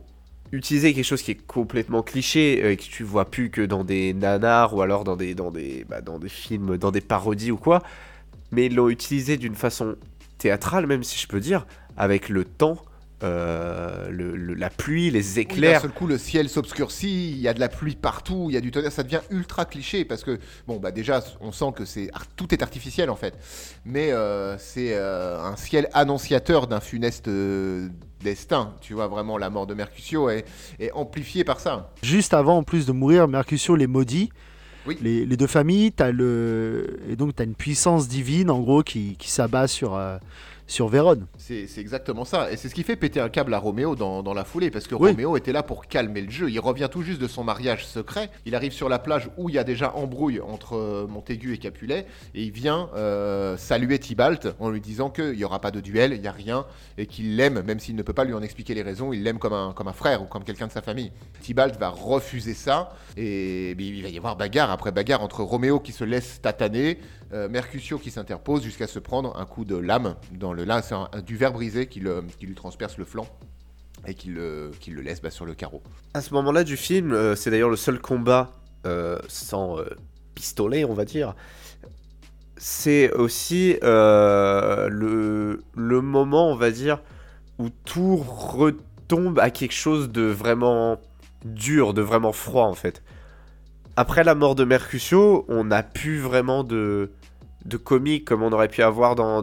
utiliser quelque chose qui est complètement cliché, et que tu vois plus que dans des nanars ou alors dans des films, dans des parodies ou quoi, mais ils l'ont utilisé d'une façon théâtrale, même si je peux dire, avec le temps, la pluie, les Oui, d'un éclairs. seul coup, le ciel s'obscurcit, il y a de la pluie partout, il y a du tonnerre, ça devient ultra cliché parce que, bon, bah déjà, on sent que tout est artificiel en fait, mais c'est un ciel annonciateur d'un funeste destin, tu vois, vraiment la mort de Mercutio est amplifiée par ça. Juste avant, en plus de mourir, Mercutio les maudit. Oui. Les deux familles, et donc tu as une puissance divine, en gros, qui s'abat sur Vérone. C'est exactement ça. Et c'est ce qui fait péter un câble à Roméo dans la foulée. Parce que Oui. Roméo était là pour calmer le jeu. Il revient tout juste de son mariage secret. Il arrive sur la plage où il y a déjà embrouille entre Montaigu et Capulet. Et il vient saluer Tybalt en lui disant qu'il n'y aura pas de duel, il n'y a rien. Et qu'il l'aime, même s'il ne peut pas lui en expliquer les raisons. Il l'aime comme un frère ou comme quelqu'un de sa famille. Tybalt va refuser ça. Et il va y avoir bagarre après bagarre entre Roméo qui se laisse tataner, Mercutio qui s'interpose jusqu'à se prendre un coup de lame dans le là, c'est du verre brisé qui lui transperce le flanc et qui le laisse sur le carreau. À ce moment-là du film, c'est d'ailleurs le seul combat sans pistolet, on va dire. C'est aussi le moment, on va dire, où tout retombe à quelque chose de vraiment dur, de vraiment froid en fait. Après la mort de Mercutio, on n'a plus vraiment de comique comme on aurait pu avoir dans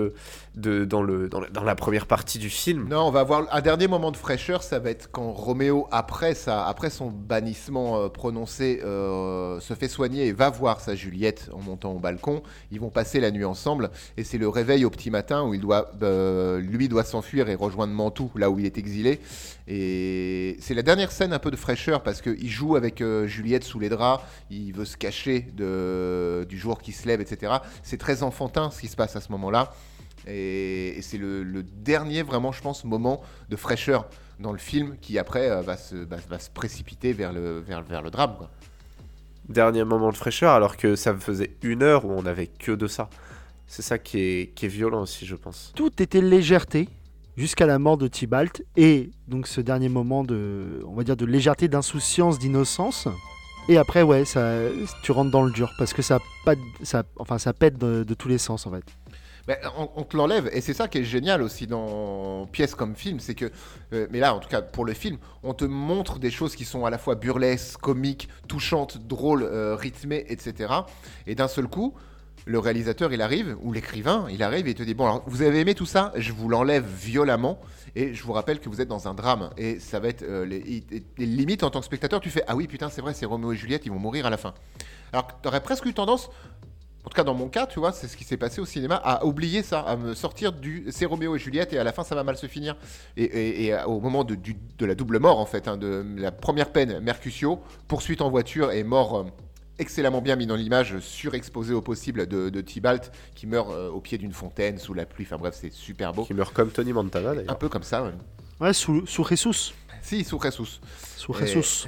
la première partie du film. Non, on va avoir un dernier moment de fraîcheur, ça va être quand Roméo, après son bannissement prononcé, se fait soigner et va voir sa Juliette en montant au balcon. Ils vont passer la nuit ensemble et c'est le réveil au petit matin où lui doit s'enfuir et rejoindre Mantoue, là où il est exilé. Et c'est la dernière scène un peu de fraîcheur parce qu'il joue avec Juliette sous les draps, il veut se cacher du jour qui se lève, etc. C'est très enfantin ce qui se passe à ce moment-là. Et c'est le dernier, vraiment, je pense, moment de fraîcheur dans le film qui, après, va se précipiter vers le drame, quoi. Dernier moment de fraîcheur, alors que ça me faisait 1 heure où on n'avait que de ça. C'est ça qui est violent aussi, je pense. Tout était légèreté jusqu'à la mort de Tybalt et donc ce dernier moment on va dire de légèreté, d'insouciance, d'innocence. Et après, ouais, tu rentres dans le dur parce que ça pète de tous les sens en fait. Ben, on te l'enlève et c'est ça qui est génial aussi dans pièce comme film, c'est que mais là en tout cas pour le film on te montre des choses qui sont à la fois burlesques, comiques, touchantes, drôles, rythmées, etc. Et d'un seul coup le réalisateur il arrive, ou l'écrivain il arrive et il te dit bon alors vous avez aimé tout ça, je vous l'enlève violemment et je vous rappelle que vous êtes dans un drame et ça va être limite en tant que spectateur tu fais ah oui putain c'est vrai c'est Roméo et Juliette ils vont mourir à la fin. Alors que t'aurais presque eu tendance, en tout cas dans mon cas tu vois c'est ce qui s'est passé au cinéma, à oublier ça, à me sortir c'est Roméo et Juliette et à la fin ça va mal se finir et au moment de la double mort en fait, hein, de la première peine Mercutio, poursuite en voiture et mort excellemment bien mis dans l'image, surexposé au possible de Tybalt qui meurt au pied d'une fontaine sous la pluie, enfin bref c'est super beau. Qui meurt comme Tony Montana d'ailleurs. Un peu comme ça, ouais. Ouais, sous Jesus. Si, sous Jesus. Sous Jesus.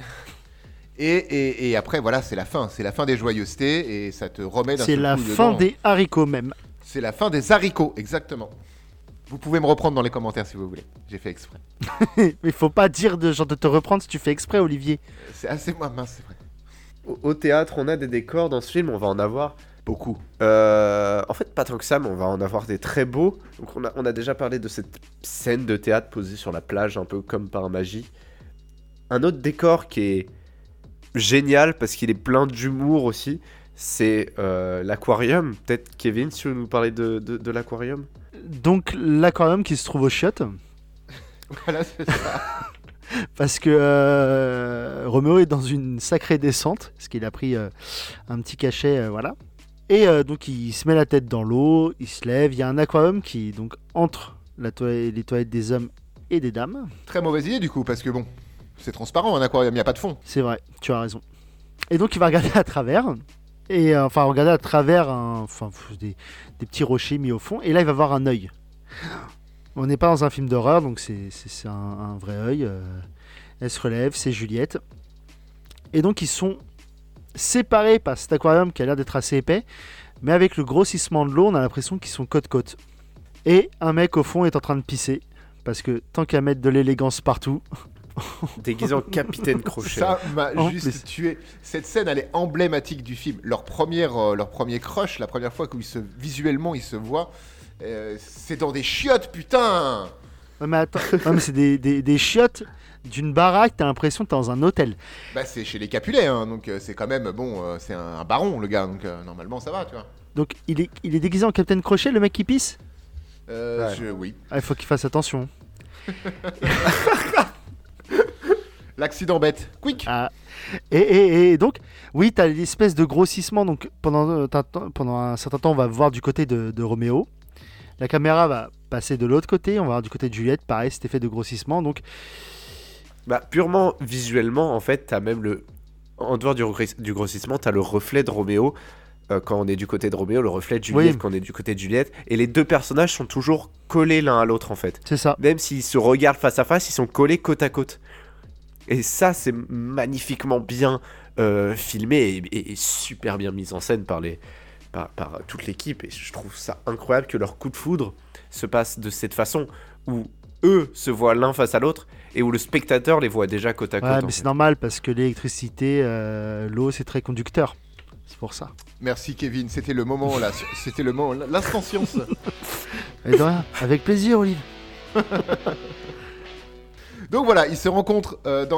Et après, voilà, c'est la fin des joyeusetés et ça te remet d'un C'est seul la coup fin dedans. des haricots même. C'est la fin des haricots, exactement. Vous pouvez me reprendre dans les commentaires si vous voulez. J'ai fait exprès. Mais faut pas dire de te reprendre si tu fais exprès, Olivier. C'est assez mince, c'est vrai. Au théâtre, on a des décors dans ce film, on va en avoir Beaucoup. en fait, pas tant que ça, mais on va en avoir des très beaux. Donc, on a déjà parlé de cette scène de théâtre posée sur la plage, un peu comme par magie. Un autre décor qui est génial parce qu'il est plein d'humour aussi, c'est l'aquarium. Peut-être Kevin, si tu veux nous parler de l'aquarium. Donc l'aquarium qui se trouve au Chiottes, Voilà, c'est ça. parce que Roméo est dans une sacrée descente, parce qu'il a pris un petit cachet, voilà. Et donc il se met la tête dans l'eau, il se lève, il y a un aquarium qui est donc entre les toilettes des hommes et des dames. Très mauvaise idée du coup, parce que bon, c'est transparent un aquarium, il n'y a pas de fond. C'est vrai, tu as raison. Et donc il va regarder à travers, et regarder à travers des petits rochers mis au fond, et là il va voir un œil. On n'est pas dans un film d'horreur, donc c'est un vrai œil. Elle se relève, c'est Juliette. Et donc ils sont séparés par cet aquarium qui a l'air d'être assez épais, mais avec le grossissement de l'eau, on a l'impression qu'ils sont côte-côte. Et un mec au fond est en train de pisser, parce que tant qu'à mettre de l'élégance partout, déguisé en Capitaine Crochet. Ça m'a En juste plus. tué. Cette scène, elle est emblématique du film. Leur premier crush, la première fois visuellement ils se voient, c'est dans des chiottes, putain. Ouais, mais attends, non, mais c'est des chiottes d'une baraque, t'as l'impression que t'es dans un hôtel. Bah c'est chez les Capulet, hein, donc c'est quand même bon, c'est un baron le gars, donc normalement ça va, tu vois. Donc il est déguisé en Capitaine Crochet, le mec qui pisse. Oui. Il faut qu'il fasse attention. L'accident bête. Quick. Ah. Et donc, oui, t'as l'espèce de grossissement. Donc pendant un certain temps, on va voir du côté de Roméo. La caméra va passer de l'autre côté, on va voir du côté de Juliette, pareil, cet effet de grossissement. Donc, Bah, purement visuellement, en fait, t'as même en dehors du grossissement, t'as le reflet de Roméo. Quand on est du côté de Roméo, le reflet de Juliette Oui. quand on est du côté de Juliette. Et les deux personnages sont toujours collés l'un à l'autre, en fait. c'est ça. Même s'ils se regardent face à face, ils sont collés côte à côte. Et ça, c'est magnifiquement bien filmé et super bien mis en scène par toute l'équipe. Et je trouve ça incroyable que leur coup de foudre se passe de cette façon où eux se voient l'un face à l'autre et où le spectateur les voit déjà côte à côte. Ouais, en mais fait. c'est normal parce que l'électricité, l'eau, c'est très conducteur. C'est pour ça. Merci Kevin, c'était le moment là, c'était le moment, l'instant science. Et de rien, avec plaisir, Olive. Donc voilà, ils se rencontrent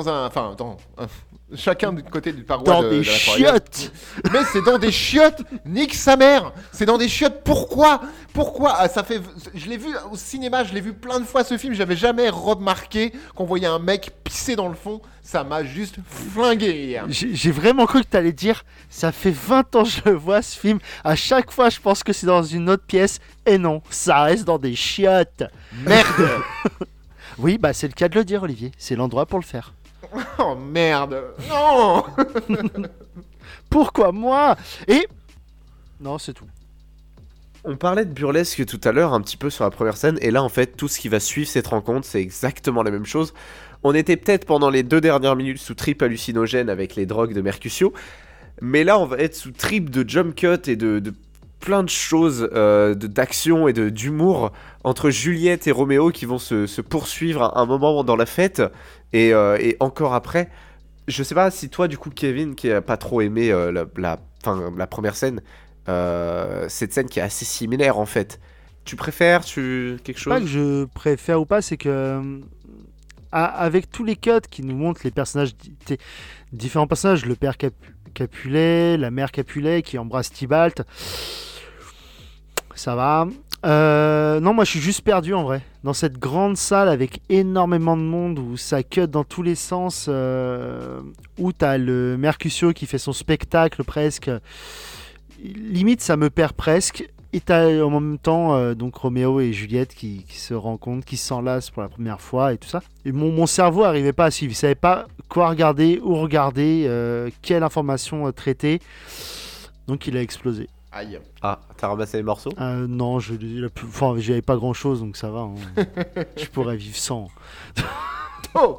chacun du côté du paroi Dans de des la croyance. chiottes. Mais c'est dans des chiottes. Nique sa mère. C'est dans des chiottes. Pourquoi ça fait. Je l'ai vu au cinéma. Je l'ai vu plein de fois ce film. J'avais jamais remarqué qu'on voyait un mec pisser dans le fond. Ça m'a juste flingué hier. J'ai vraiment cru que t'allais dire ça fait 20 ans que je vois ce film. À chaque fois, je pense que c'est dans une autre pièce. Et non, ça reste dans des chiottes. Merde. Oui, bah c'est le cas de le dire, Olivier. C'est l'endroit pour le faire. Oh merde. Non. Pourquoi moi? Et non, c'est tout. On parlait de burlesque tout à l'heure, un petit peu sur la première scène, et là en fait tout ce qui va suivre cette rencontre c'est exactement la même chose. On était peut-être pendant les 2 dernières minutes sous trip hallucinogène avec les drogues de Mercutio, mais là on va être sous trip de jump cut et de plein de choses, d'action et d'humour entre Juliette et Roméo qui vont se poursuivre à un moment dans la fête et encore après. Je sais pas si toi du coup Kevin qui a pas trop aimé la première scène, cette scène qui est assez similaire en fait. Tu préfères quelque Pas que chose? je préfère ou pas, c'est que avec tous les cuts qui nous montrent les personnages, différents personnages, le père Capulet, la mère Capulet qui embrasse Tybalt, ça va. Non, moi je suis juste perdu en vrai. Dans cette grande salle avec énormément de monde où ça cut dans tous les sens, où t'as le Mercutio qui fait son spectacle presque. Limite, ça me perd presque. Et t'as en même temps donc Roméo et Juliette qui se rencontrent, qui s'enlacent pour la première fois et tout ça. Et mon cerveau n'arrivait pas à suivre. Il savait pas quoi regarder, où regarder, quelle information traiter. Donc il a explosé. Aïe. Ah, t'as ramassé les morceaux? Non, j'avais pas grand chose donc ça va. Hein. Je pourrais vivre sans. Oh.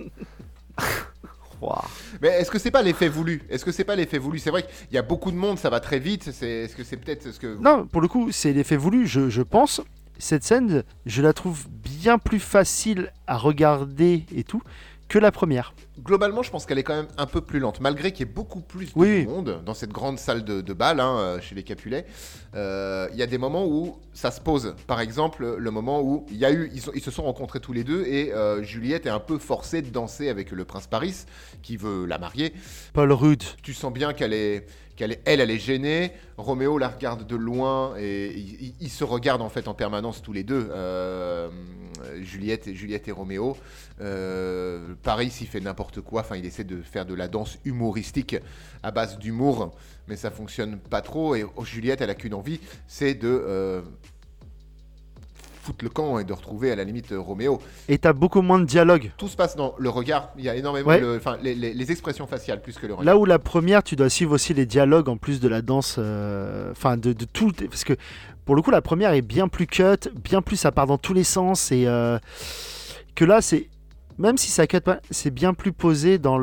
Ouah. Mais est-ce que c'est pas l'effet voulu? C'est vrai qu'il y a beaucoup de monde, ça va très vite. Est-ce que c'est peut-être ce que... Non, pour le coup, c'est l'effet voulu, je pense. Cette scène, je la trouve bien plus facile à regarder et tout que la première. Globalement, je pense qu'elle est quand même un peu plus lente, malgré qu'il y ait beaucoup plus de Oui. monde dans cette grande salle de bal chez les Capulet. Il y a des moments où ça se pose. Par exemple, le moment où ils se sont rencontrés tous les deux et Juliette est un peu forcée de danser avec le prince Paris qui veut la marier. Paul Rudd. Tu sens bien elle est gênée. Roméo la regarde de loin et ils se regardent en fait en permanence tous les deux. Juliette et Roméo. Paris, il fait n'importe quoi. Enfin, il essaie de faire de la danse humoristique à base d'humour, mais ça fonctionne pas trop. Et Juliette, elle a qu'une envie, c'est de foutre le camp et de retrouver à la limite Roméo. Et t'as beaucoup moins de dialogue. Tout se passe dans le regard. Il y a énormément les expressions faciales plus que le regard. Là où la première, tu dois suivre aussi les dialogues en plus de la danse. Enfin, de tout. Parce que pour le coup, la première est bien plus cut, bien plus ça part dans tous les sens. Et que là, c'est. Même si ça cut pas, c'est bien plus posé dans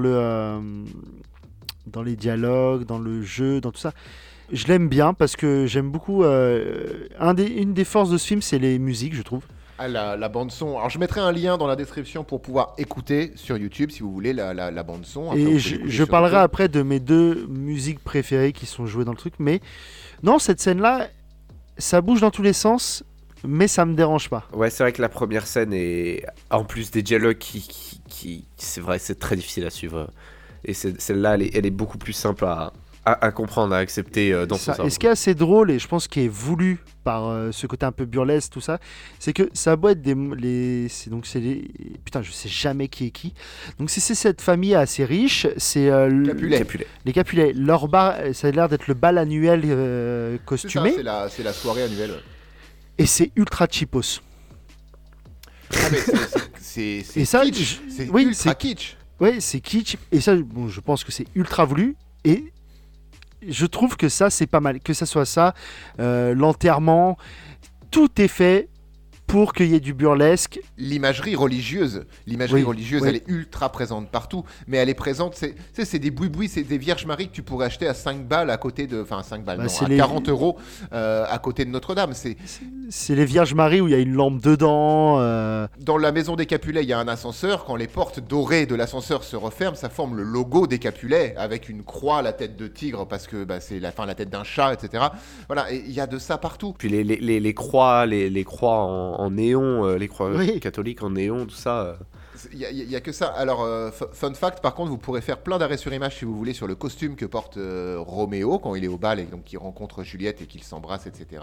les dialogues, dans le jeu, dans tout ça. Je l'aime bien parce que j'aime beaucoup. Une des forces de ce film, c'est les musiques, je trouve. Ah, la bande son. Alors je mettrai un lien dans la description pour pouvoir écouter sur YouTube si vous voulez la bande son. Après, vous Et pouvez je, l'écouter je sur parlerai YouTube. après de mes 2 musiques préférées qui sont jouées dans le truc. Mais non, cette scène-là, ça bouge dans tous les sens, mais ça me dérange pas. Ouais, c'est vrai que la première scène est en plus des dialogues qui c'est vrai, c'est très difficile à suivre. Et celle-là, elle est beaucoup plus simple à comprendre, à accepter dans son Ça, cerveau. et ce qui est assez drôle, et je pense qui est voulu par ce côté un peu burlesque, tout ça, c'est que ça a beau être c'est les... Putain, je sais jamais qui est qui. Donc c'est cette famille assez riche, c'est Capulet. Capulet. les Capulet. Leur bar, ça a l'air d'être le bal annuel C'est ça, costumé, c'est la soirée annuelle. Ouais. et c'est ultra cheapos. Ah, mais c'est Et ça, kitsch. C'est oui, ultra c'est- kitsch. Ouais, c'est kitsch, et ça, bon, je pense que c'est ultra voulu, et je trouve que ça, c'est pas mal. Que ça soit ça, l'enterrement, tout est fait pour qu'il y ait du burlesque. L'imagerie religieuse, Oui, oui. elle est ultra présente partout, mais elle est présente, c'est des bouis-bouis, c'est des Vierges Marie que tu pourrais acheter à 5 balles à côté de, enfin 5 balles, Bah, non, c'est à les- 40 euros à côté de Notre-Dame. C'est les Vierges Marie où il y a une lampe dedans. Dans la maison des Capulets, il y a un ascenseur, quand les portes dorées de l'ascenseur se referment, ça forme le logo des Capulets, avec une croix, la tête de tigre, parce que bah, c'est la tête d'un chat, etc. Voilà, et il y a de ça partout. Puis les croix, les croix en néon, les croix Oui. catholiques en néon, tout ça. Il y a que ça. Alors, fun fact, par contre, vous pourrez faire plein d'arrêts sur image si vous voulez sur le costume que porte Roméo quand il est au bal et donc qu'il rencontre Juliette et qu'il s'embrasse, etc.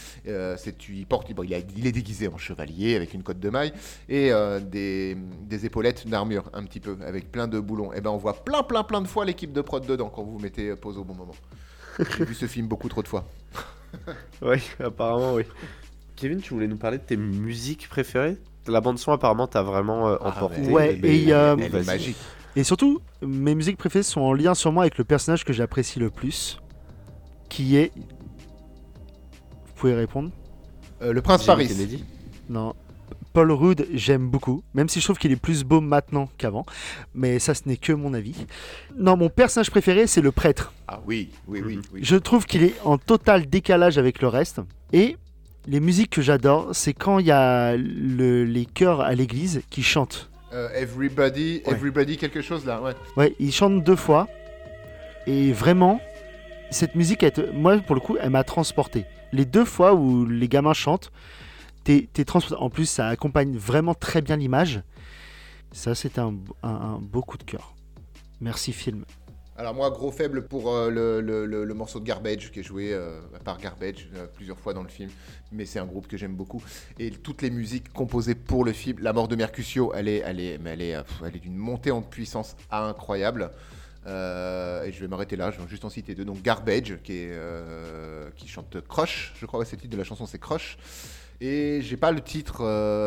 Il est déguisé en chevalier avec une cotte de maille et des épaulettes d'armure un petit peu avec plein de boulons. Et ben on voit plein de fois l'équipe de prod dedans quand vous mettez pause au bon moment. J'ai vu ce film beaucoup trop de fois. Oui, apparemment, oui. Kevin, tu voulais nous parler de tes musiques préférées? La bande-son, apparemment, t'as vraiment emporté. mais- Ouais, Mais- et, Elle est vas-y. magique. Et surtout, mes musiques préférées sont en lien sûrement avec le personnage que j'apprécie le plus, qui est... Vous pouvez répondre? Le prince Jamie Paris. Kennedy. Non. Paul Rudd, j'aime beaucoup, même si je trouve qu'il est plus beau maintenant qu'avant. Mais ça, ce n'est que mon avis. Non, mon personnage préféré, c'est le prêtre. Ah oui. Je trouve qu'il est en total décalage avec le reste. Et les musiques que j'adore, c'est quand il y a les chœurs à l'église qui chantent. Everybody, Ouais. everybody quelque chose là, ouais. Ouais, ils chantent 2 fois. Et vraiment, cette musique, moi, pour le coup, elle m'a transporté. Les 2 fois où les gamins chantent, t'es transporté. En plus, ça accompagne vraiment très bien l'image. Ça, c'était un beau coup de cœur. Merci, film. Alors moi, gros faible pour le morceau de Garbage qui est joué par Garbage plusieurs fois dans le film, mais c'est un groupe que j'aime beaucoup. Et toutes les musiques composées pour le film, La mort de Mercutio, elle est d'une montée en puissance incroyable. Et je vais m'arrêter là, je vais juste en citer 2. Donc Garbage qui chante Crush, je crois que c'est le titre de la chanson, c'est Crush. Et j'ai pas le titre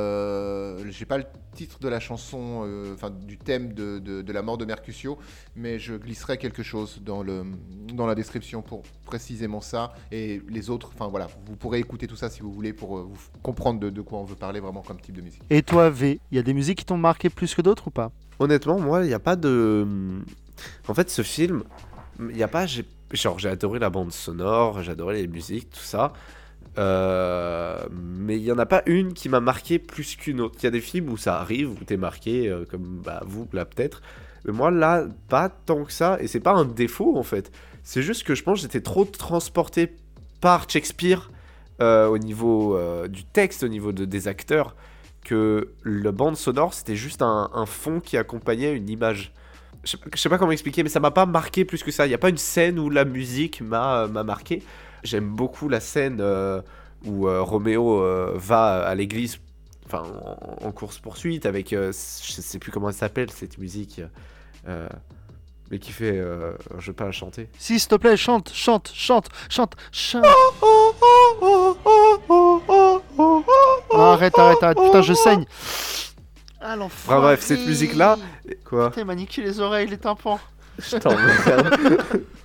de la chanson, enfin du thème de la mort de Mercutio, mais je glisserai quelque chose dans la description pour précisément ça. Et les autres, enfin voilà, vous pourrez écouter tout ça si vous voulez pour vous comprendre de quoi on veut parler vraiment comme type de musique. Et toi, V, il y a des musiques qui t'ont marqué plus que d'autres ou pas? Honnêtement, moi, il n'y a pas de... En fait, ce film, il n'y a pas... J'ai adoré la bande sonore, j'ai adoré les musiques, tout ça. Mais il n'y en a pas une qui m'a marqué plus qu'une autre. Il y a des films où ça arrive, où t'es marqué, comme bah, vous, là, peut-être. Mais moi, là, pas tant que ça. Et c'est pas un défaut, en fait. C'est juste que je pense que j'étais trop transporté par Shakespeare au niveau du texte, au niveau des acteurs, que la bande sonore, c'était juste un fond qui accompagnait une image. Je sais pas comment expliquer, mais ça m'a pas marqué plus que ça. Il n'y a pas une scène où la musique m'a marqué. J'aime beaucoup la scène où Roméo va à l'église, enfin en course-poursuite avec, je sais plus comment elle s'appelle cette musique, mais qui fait, je vais pas la chanter. Si, s'il te plaît, chante. Arrête, putain, je saigne. Ah, l'enfoiré. Enfin bref, cette musique-là, quoi. Putain, il m'a niqué les oreilles, les tympans. Je t'emmerde.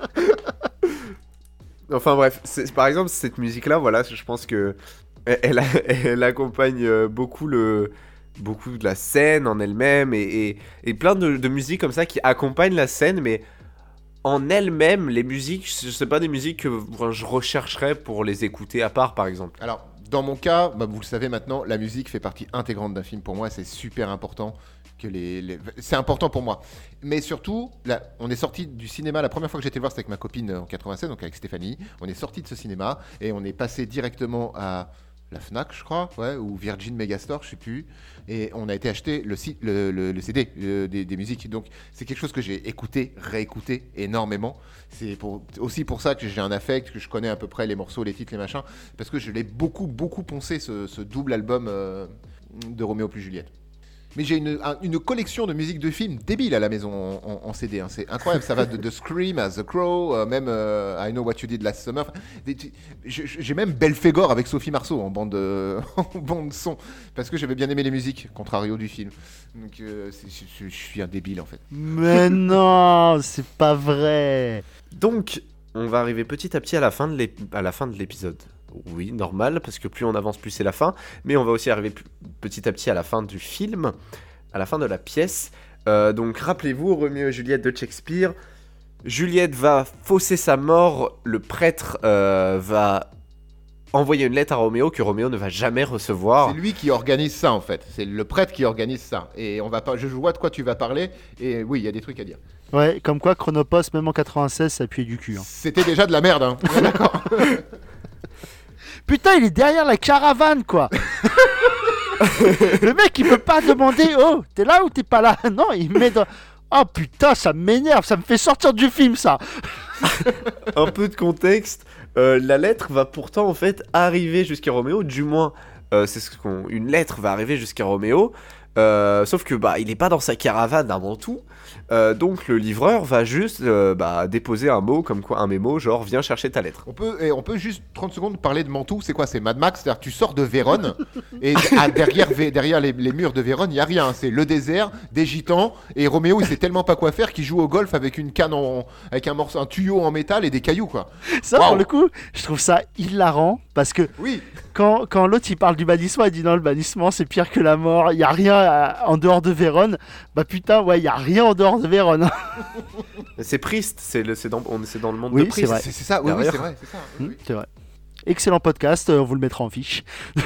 Enfin bref, par exemple, cette musique-là, voilà, je pense que elle accompagne beaucoup de la scène en elle-même et plein de musiques comme ça qui accompagnent la scène, mais en elles-mêmes, les musiques, c'est pas des musiques que je rechercherais pour les écouter à part, par exemple. Alors, dans mon cas, vous le savez maintenant, la musique fait partie intégrante d'un film. Pour moi, c'est super important. C'est important pour moi. Mais surtout, là, on est sorti du cinéma. La première fois que j'étais voir, c'était avec ma copine en 96, donc avec Stéphanie. On est sorti de ce cinéma et on est passé directement à la Fnac, je crois, ouais, ou Virgin Megastore, je sais plus. Et on a été acheter le CD des musiques. Donc, c'est quelque chose que j'ai écouté, réécouté énormément. C'est aussi pour ça que j'ai un affect, que je connais à peu près les morceaux, les titres, les machins. Parce que je l'ai beaucoup, beaucoup poncé, ce double album de Roméo plus Juliette. Mais j'ai une collection de musique de films débile à la maison en CD. Hein. C'est incroyable. Ça va de Scream à The Crow, même I Know What You Did Last Summer. J'ai même Belphégor avec Sophie Marceau en bande son. Parce que j'avais bien aimé les musiques, contrario du film. Donc je suis un débile en fait. Mais non, c'est pas vrai. Donc, on va arriver petit à petit à la fin de l'épisode. Oui, normal, parce que plus on avance, plus c'est la fin. Mais on va aussi arriver petit à petit à la fin du film, à la fin de la pièce. Donc rappelez-vous, Roméo et Juliette de Shakespeare. Juliette va fausser sa mort. Le prêtre va envoyer une lettre à Roméo que Roméo ne va jamais recevoir. C'est lui qui organise ça en fait. C'est le prêtre qui organise ça. Et je vois de quoi tu vas parler. Et oui, il y a des trucs à dire. Ouais, comme quoi Chronopost, même en 96, ça puait du cul. Hein. C'était déjà de la merde, hein. D'accord. Putain, il est derrière la caravane, quoi. Le mec, il peut pas demander « Oh, t'es là ou t'es pas là ?» Non, il met dans... Oh putain, ça m'énerve, ça me fait sortir du film, ça. Un peu de contexte. La lettre va pourtant, en fait, arriver jusqu'à Roméo. Du moins, une lettre va arriver jusqu'à Roméo. Sauf que il est pas dans sa caravane avant tout. Donc le livreur va juste déposer un mot, comme quoi un mémo, genre viens chercher ta lettre. On peut juste 30 secondes parler de Mantoue. C'est quoi? C'est Mad Max. C'est-à-dire tu sors de Vérone et derrière les murs de Vérone, il y a rien. C'est le désert, des gitans et Roméo, il sait tellement pas quoi faire qu'il joue au golf avec une canne avec un tuyau en métal et des cailloux, quoi. Ça, pour le coup, je trouve ça hilarant parce que oui. Quand l'autre il parle du bannissement, il dit non, le bannissement c'est pire que la mort, il y a rien en dehors de Vérone. Bah putain, ouais, il y a rien en dehors de Vérone. C'est Priest, c'est dans le monde oui, de Priest. C'est ça, oui, c'est vrai, c'est ça. Oui. C'est vrai. Excellent podcast, on vous le mettra en fiche.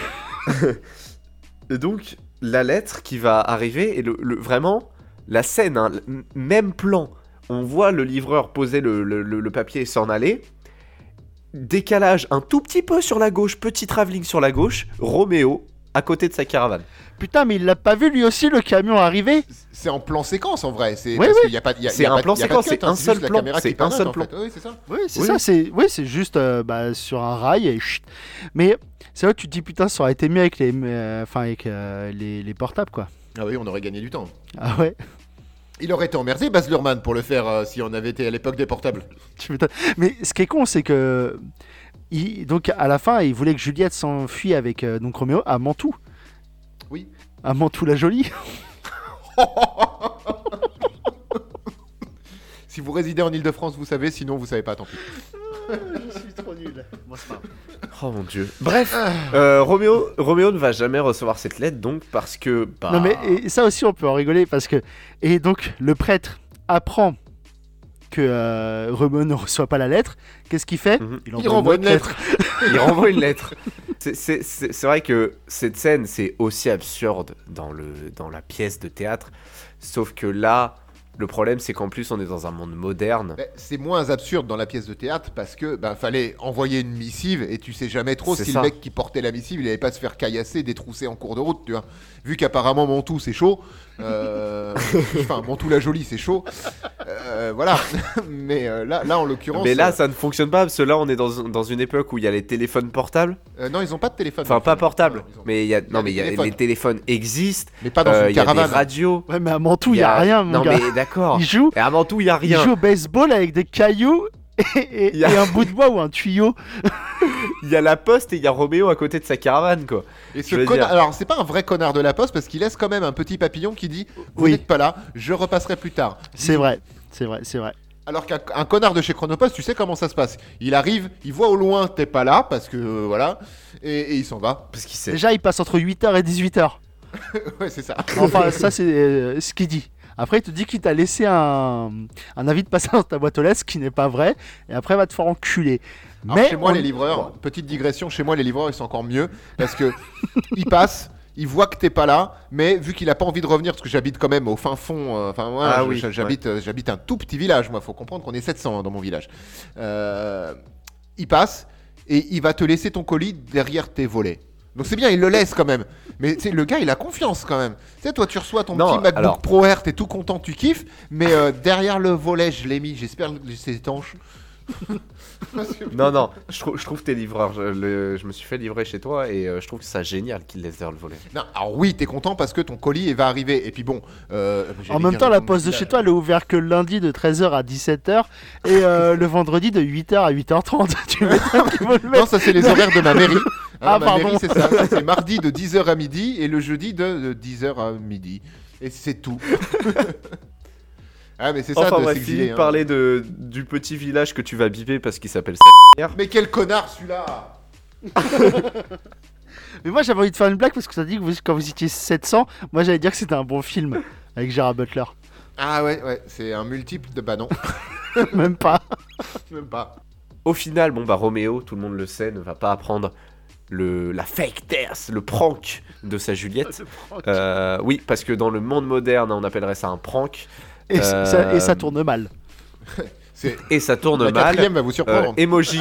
Et donc, la lettre qui va arriver, et vraiment, la scène, hein, même plan, on voit le livreur poser le papier et s'en aller. Décalage un tout petit peu sur la gauche, petit travelling sur la gauche, Roméo à côté de sa caravane. Putain, mais il l'a pas vu lui aussi le camion arriver? C'est en plan séquence en vrai. C'est oui, parce oui. qu'il y a pas. C'est un plan séquence, c'est un seul plan. C'est un seul plan. Oui, c'est ça. Oui, c'est ça. C'est juste sur un rail et chut. Mais c'est vrai que tu te dis putain, ça aurait été mieux avec les portables quoi. Ah oui, on aurait gagné du temps. Ah ouais. Il aurait été emmerdé, Baz Luhrmann, pour le faire si on avait été à l'époque des portables. Mais ce qui est con, c'est que donc à la fin, il voulait que Juliette s'enfuit avec donc Roméo à Mantoue. Oui. À Mantoue-la-Jolie. Si vous résidez en Ile-de-France, vous savez, sinon vous savez pas, tant pis. Je suis trop nul. Moi, c'est pas. Oh mon dieu. Bref, Roméo ne va jamais recevoir cette lettre, donc parce que... Non mais et ça aussi, on peut en rigoler, parce que... Et donc, le prêtre apprend que Roméo ne reçoit pas la lettre. Qu'est-ce qu'il fait? Il renvoie une lettre. Il renvoie une lettre. C'est vrai que cette scène, c'est aussi absurde dans la pièce de théâtre, sauf que là... Le problème, c'est qu'en plus, on est dans un monde moderne. C'est moins absurde dans la pièce de théâtre parce que fallait envoyer une missive et tu sais jamais trop si ça. Le mec qui portait la missive, il allait pas se faire caillasser, détrousser en cours de route, tu vois. Vu qu'apparemment Mantoue c'est chaud, Mantoue-la-Jolie c'est chaud, voilà. Mais là en l'occurrence. Mais là, ça ne fonctionne pas parce que là, on est dans une époque où il y a les téléphones portables. Non, ils ont pas de téléphone. Enfin, pas portables, mais les téléphones existent. Mais pas dans une caravane. Il y a des radios. Ouais, mais à Mantoue, il y a rien, mon gars. Non, mais d'accord. Il joue. Et à Mantoue, il y a rien. Il joue au baseball avec des cailloux et un bout de bois ou un tuyau. Il y a la poste et il y a Roméo à côté de sa caravane, quoi. Et ce connard, alors c'est pas un vrai connard de la poste parce qu'il laisse quand même un petit papillon qui dit vous n'êtes pas là, je repasserai plus tard. C'est vrai. Alors qu'un connard de chez Chronopost, tu sais comment ça se passe. Il arrive, il voit au loin t'es pas là parce que voilà, et il s'en va. Parce qu'il sait. Déjà, il passe entre 8h et 18h. Ouais, c'est ça. Enfin, ça c'est ce qu'il dit. Après, il te dit qu'il t'a laissé un avis de passage dans ta boîte aux lettres, ce qui n'est pas vrai. Et après, il va te faire enculer. Alors, Mais chez moi, on- les livreurs, petite digression, chez moi, les livreurs, ils sont encore mieux parce que ils passent, ils voient que t'es pas là, mais vu qu'il a pas envie de revenir, parce que j'habite quand même au fin fond, j'habite un tout petit village, moi, faut comprendre qu'on est 700 dans mon village. Il passe et il va te laisser ton colis derrière tes volets. Donc c'est bien, il le laisse quand même. Mais le gars, il a confiance quand même. Tu sais, toi, tu reçois ton petit MacBook Pro Air, t'es tout content, tu kiffes, mais derrière le volet, je l'ai mis, j'espère que c'est étanche. Non, je trouve tes livreurs. Je me suis fait livrer chez toi et je trouve que c'est génial qu'ils laissent derrière le volet. Non, alors oui, t'es content parce que ton colis va arriver. Et puis bon. En même temps, la poste de chez toi, elle est ouverte que le lundi de 13h à 17h et le vendredi de 8h à 8h30. Tu m'étonnes qu'ils vont le mettre. Non, ça, c'est les horaires de ma mairie. Ah, ma pardon. mairie, c'est ça. Ça, c'est mardi de 10h à midi et le jeudi de 10h à midi. Et c'est tout. Ah, mais c'est ça Enfin de bref, s'exiler. fini de parler du petit village que tu vas biper parce qu'il s'appelle Mais quel connard celui-là! Mais moi, j'avais envie de faire une blague parce que ça dit que quand vous étiez 700, moi, j'allais dire que c'était un bon film avec Gerard Butler. Ah ouais, c'est un multiple de. Bah non, Même pas. même pas. Au final, Roméo, tout le monde le sait, ne va pas apprendre la fake death, le prank de sa Juliette. Oui, parce que dans le monde moderne, on appellerait ça un prank. Et ça tourne mal. Et ça tourne La mal. quatrième va vous surprendre. Emoji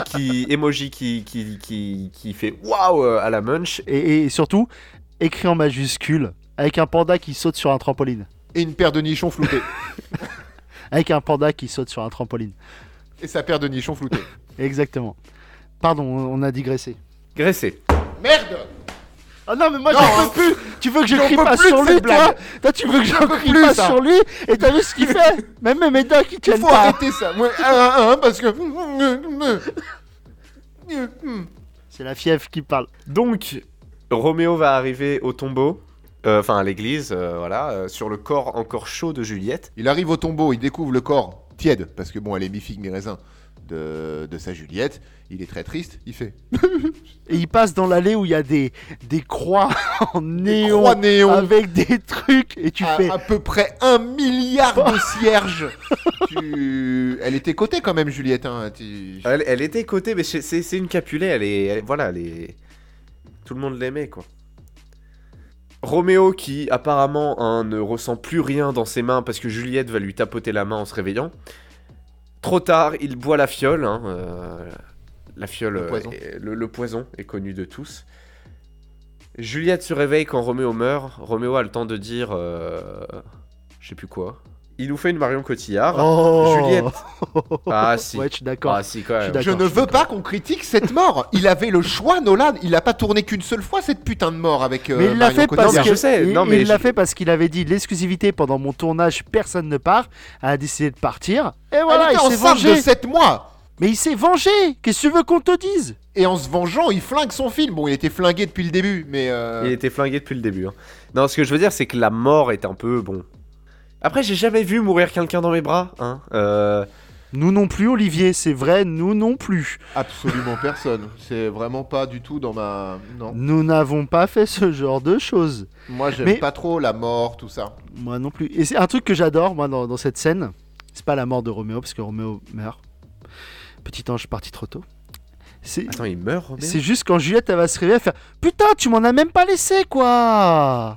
qui fait waouh à la munch. Et surtout, écrit en majuscule, avec un panda qui saute sur un trampoline. Et une paire de nichons floutés. Avec un panda qui saute sur un trampoline. Et sa paire de nichons floutés. Exactement. Pardon, on a digressé. Graissé. Merde! Ah non, mais moi Non, j'en peux plus. Tu veux que je j'en crie peux pas plus sur de lui, cette toi? blague. Toi, tu veux que j'en peux crie plus, pas ça. sur lui? Et t'as vu ce qu'il fait? Même mes dents qui Il tiennent faut pas. arrêter ça. Ouais, parce que. C'est la fièvre qui parle. Donc, Roméo va arriver au tombeau, enfin à l'église, sur le corps encore chaud de Juliette. Il arrive au tombeau, il découvre le corps tiède, parce que bon, elle est mi-figue, mi-raisin de sa Juliette. Il est très triste, il fait. Et il passe dans l'allée où il y a des croix en néon, croix néon. avec des trucs. Et tu fais. À peu près 1 milliard de cierges. Elle était cotée quand même, Juliette. Hein. Elle était cotée, mais c'est une Capulet, voilà, tout le monde l'aimait, quoi. Roméo qui apparemment ne ressent plus rien dans ses mains parce que Juliette va lui tapoter la main en se réveillant. Trop tard, il boit la fiole. La fiole, le poison est connu de tous. Juliette se réveille quand Roméo meurt. Roméo a le temps de dire... je sais plus quoi. Il nous fait une Marion Cotillard. Oh. Juliette... Ah si. Ouais, je suis d'accord. Ah si, quand même. Je suis Je ne veux pas qu'on critique cette mort. Il avait le choix, Nolan. Il n'a pas tourné qu'une seule fois cette putain de mort avec Mais il l'a Marion fait parce Cotillard. Non, mais je sais. que Non, mais il l'a je- fait parce qu'il avait dit l'exclusivité pendant mon tournage, personne ne part. Elle a décidé de partir. Et voilà, Elle était il s'est enceinte de vengé. 7 mois. Mais il s'est vengé. Qu'est-ce que tu veux qu'on te dise? Et en se vengeant, il flingue son film. Bon, il était flingué depuis le début, mais. Il était flingué depuis le début. Hein. Non, ce que je veux dire, c'est que la mort est un peu... Bon... Après, j'ai jamais vu mourir quelqu'un dans mes bras. Hein. Nous non plus, Olivier, c'est vrai, nous non plus. Absolument personne. C'est vraiment pas du tout dans ma. Non. Nous n'avons pas fait ce genre de choses. Moi, j'aime Mais- pas trop la mort, tout ça. Moi non plus. Et c'est un truc que j'adore, moi, dans cette scène. C'est pas la mort de Roméo, parce que Roméo meurt. Petit ange parti trop tôt. C'est Attends, il meurt, Roméo c'est juste quand Juliette, elle va se réveiller, elle va faire putain, tu m'en as même pas laissé, quoi.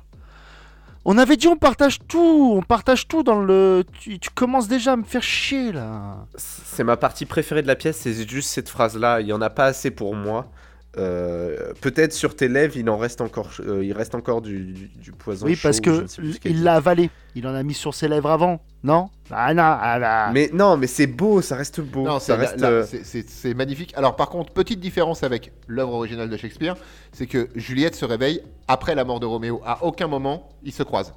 On avait dit on partage tout dans le... Tu commences déjà à me faire chier, là. C'est ma partie préférée de la pièce, c'est juste cette phrase-là. Il y en a pas assez pour moi. Peut-être sur tes lèvres, il reste encore du poison. Oui, parce chaud, je que ne sais plus ce qu'elle il dit. l'a avalé. Il en a mis sur ses lèvres avant, non? Ah non, ah bah. Mais non, mais c'est beau, ça reste beau. Non, ça c'est reste. c'est magnifique. Alors, par contre, petite différence avec l'œuvre originale de Shakespeare, c'est que Juliette se réveille après la mort de Roméo. À aucun moment, ils se croisent.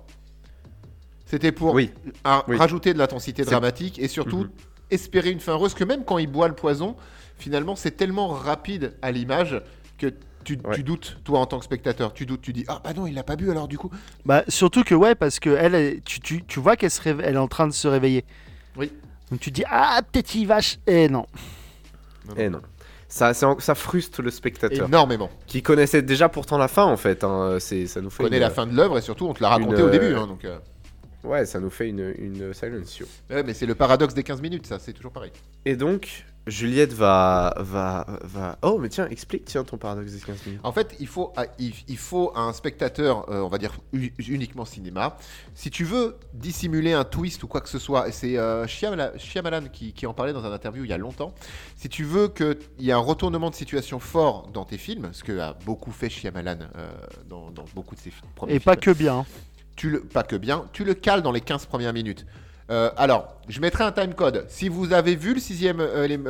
C'était pour Oui. Oui. rajouter de l'intensité C'est- dramatique et surtout Mhm. espérer une fin heureuse. Que même quand il boit le poison, finalement, c'est tellement rapide à l'image que tu doutes, toi, en tant que spectateur. Tu doutes, tu dis ah bah non, il l'a pas bu alors du coup. Bah, surtout que, ouais, parce que tu vois qu'elle elle est en train de se réveiller. Oui. Donc tu te dis, ah, peut-être il va. Eh non. Eh non. Ça frustre le spectateur. Énormément. Qui connaissait déjà pourtant la fin, en fait. Hein. Ça nous On fait. connaît une- la fin de l'œuvre et surtout on te l'a raconté une, au début. Hein, donc, Ouais, ça nous fait une silencio. Ouais, mais c'est le paradoxe des 15 minutes, ça, c'est toujours pareil. Et donc, Juliette va... Oh, mais tiens, explique ton paradoxe des 15 minutes. En fait, il faut à un spectateur, on va dire uniquement cinéma, si tu veux dissimuler un twist ou quoi que ce soit, et c'est Shyamalan qui en parlait dans un interview il y a longtemps, si tu veux qu'il y ait un retournement de situation fort dans tes films, ce que a beaucoup fait Shyamalan dans beaucoup de ses premiers Et films. pas que bien. Pas que bien, tu le cales dans les 15 premières minutes. Alors, je mettrai un timecode. Si vous avez vu le sixième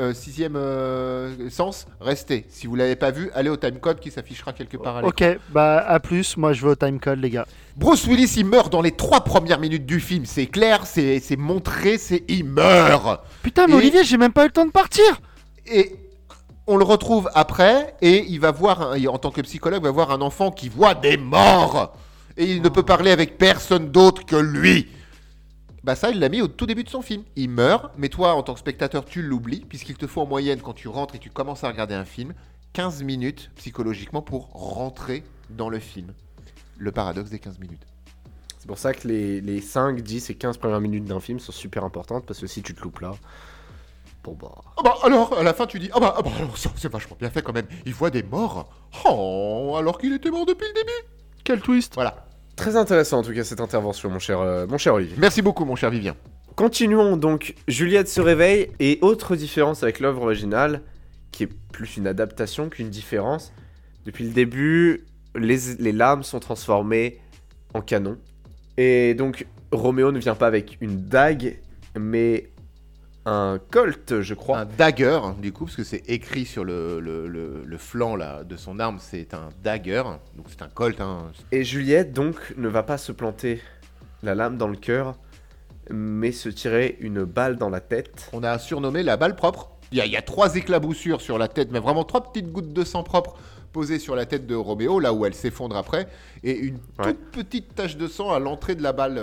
sens, restez. Si vous l'avez pas vu, allez au timecode qui s'affichera quelque part à l'écran. Ok, bah à plus, moi je vais au timecode les gars. Bruce Willis, il meurt dans les 3 premières minutes du film. C'est clair, c'est montré, il meurt. Putain mais Et- Olivier, j'ai même pas eu le temps de partir. Et on le retrouve après, et il va voir, en tant que psychologue, va voir un enfant qui voit des morts. Et il ne peut parler avec personne d'autre que lui. Bah ça, il l'a mis au tout début de son film. Il meurt, mais toi, en tant que spectateur, tu l'oublies, puisqu'il te faut en moyenne, quand tu rentres et tu commences à regarder un film, 15 minutes psychologiquement pour rentrer dans le film. Le paradoxe des 15 minutes. C'est pour ça que les 5, 10 et 15 premières minutes d'un film sont super importantes, parce que si tu te loupes là... Bon bah... Ah bah alors, à la fin, tu dis, ah bah alors, ça, c'est vachement bien fait quand même. Il voit des morts. Oh, alors qu'il était mort depuis le début. Quel twist. Voilà. Très intéressant en tout cas cette intervention, mon cher Olivier. Merci beaucoup, mon cher Vivien. Continuons donc, Juliette se réveille, et autre différence avec l'œuvre originale, qui est plus une adaptation qu'une différence. Depuis le début, les lames sont transformées en canon. Et donc, Roméo ne vient pas avec une dague, mais un colt, je crois. Un dagger, du coup, parce que c'est écrit sur le flanc là, de son arme, c'est un dagger, donc c'est un colt. Hein. Et Juliette, donc, ne va pas se planter la lame dans le cœur, mais se tirer une balle dans la tête. On a surnommé la balle propre. Il y a 3 éclaboussures sur la tête, mais vraiment 3 petites gouttes de sang propre posées sur la tête de Roméo, là où elle s'effondre après, et une toute petite tache de sang à l'entrée de la balle.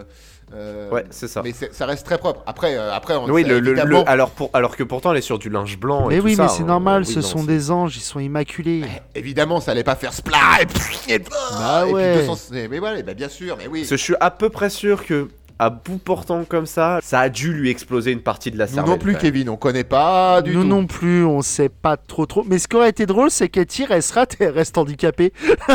Ouais, c'est ça. Mais ça reste très propre. Après, on oui, évidemment... alors que pourtant elle est sur du linge blanc. Mais et oui, tout mais ça, c'est hein. normal, Oui, ce non, sont c'est- des anges, ils sont immaculés. Évidemment, ça allait pas faire splat et Bah puis ouais. 200... Mais voilà, bah bien sûr, mais oui. Parce que je suis à peu près sûr que, à bout portant comme ça a dû lui exploser une partie de la Nous cervelle. non plus, quand même. Kevin, on connaît pas du Nous tout. non plus, on sait pas trop. Mais ce qui aurait été drôle, c'est qu'elle tire, elle se rate et elle reste handicapée.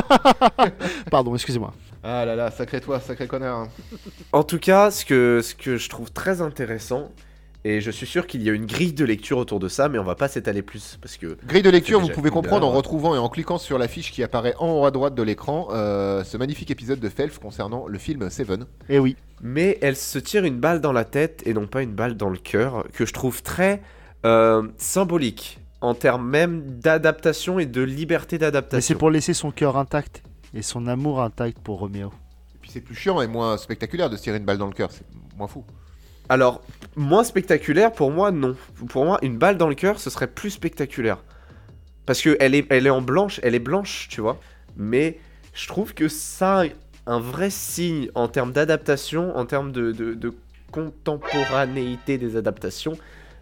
Pardon, excusez-moi. Ah là là, sacré toi, sacré connard. Hein. En tout cas, ce que je trouve très intéressant, et je suis sûr qu'il y a une grille de lecture autour de ça, mais on va pas s'étaler plus, parce que... Grille de lecture, C'est vous déjà pouvez une comprendre en heure. retrouvant et en cliquant sur la fiche qui apparaît en haut à droite de l'écran ce magnifique épisode de Felf concernant le film Seven. Eh oui. Mais elle se tire une balle dans la tête, et non pas une balle dans le cœur, que je trouve très symbolique, en termes même d'adaptation et de liberté Mais c'est d'adaptation. pour laisser son cœur intact et son amour intact pour Roméo. Et puis c'est plus chiant et moins spectaculaire de se tirer une balle dans le cœur, c'est moins fou. Alors, moins spectaculaire, pour moi, non. Pour moi, une balle dans le cœur, ce serait plus spectaculaire. Parce que elle est en blanche, elle est blanche, tu vois. Mais je trouve que ça a un vrai signe en termes d'adaptation, en termes de contemporanéité des adaptations.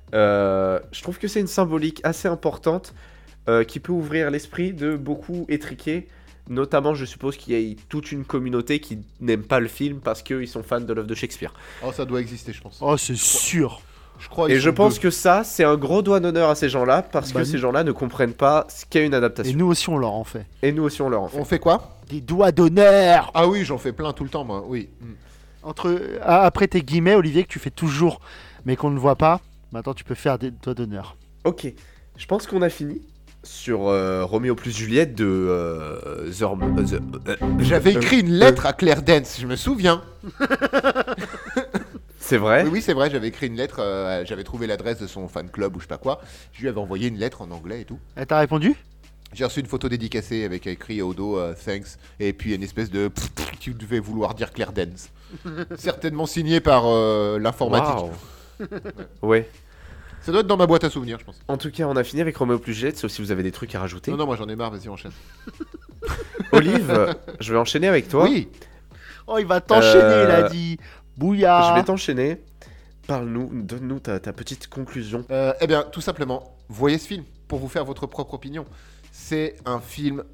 Je trouve que c'est une symbolique assez importante qui peut ouvrir l'esprit de beaucoup étriqués. Notamment, je suppose qu'il y a toute une communauté qui n'aime pas le film parce qu'ils sont fans de l'œuvre de Shakespeare. Oh, ça doit exister, je pense. Oh, c'est sûr. Je crois. Et je pense que ça, c'est un gros doigt d'honneur à ces gens-là, parce Bah, que ces gens-là ne comprennent pas ce qu'est une Et adaptation. nous aussi, on leur en fait. Et nous aussi, on leur en fait. On fait quoi? Des doigts d'honneur. Ah oui, j'en fais plein tout le temps, moi, oui. Après tes guillemets, Olivier, que tu fais toujours, mais qu'on ne voit pas, maintenant tu peux faire des doigts d'honneur. Ok, je pense qu'on a fini sur Roméo plus Juliette de J'avais écrit une lettre à Claire Dance, je me souviens. C'est vrai. Oui, c'est vrai, j'avais écrit une lettre, j'avais trouvé l'adresse de son fan club ou je sais pas quoi. Je lui avais envoyé une lettre en anglais et tout. Elle t'a répondu? J'ai reçu une photo dédicacée avec écrit au dos thanks et puis une espèce de tu devais vouloir dire Claire Dance. Certainement signé par l'informatique. Waouh. Ouais. Ça doit être dans ma boîte à souvenirs, je pense. En tout cas, on a fini avec Roméo plus Juliette, sauf si vous avez des trucs à rajouter. Non, non, moi j'en ai marre, vas-y, enchaîne. Olive, je vais enchaîner avec toi. Oui, Oh, il va t'enchaîner, il a dit. Bouillard. Je vais t'enchaîner. Parle-nous, donne-nous ta petite conclusion. eh bien, tout simplement, voyez ce film pour vous faire votre propre opinion. C'est un film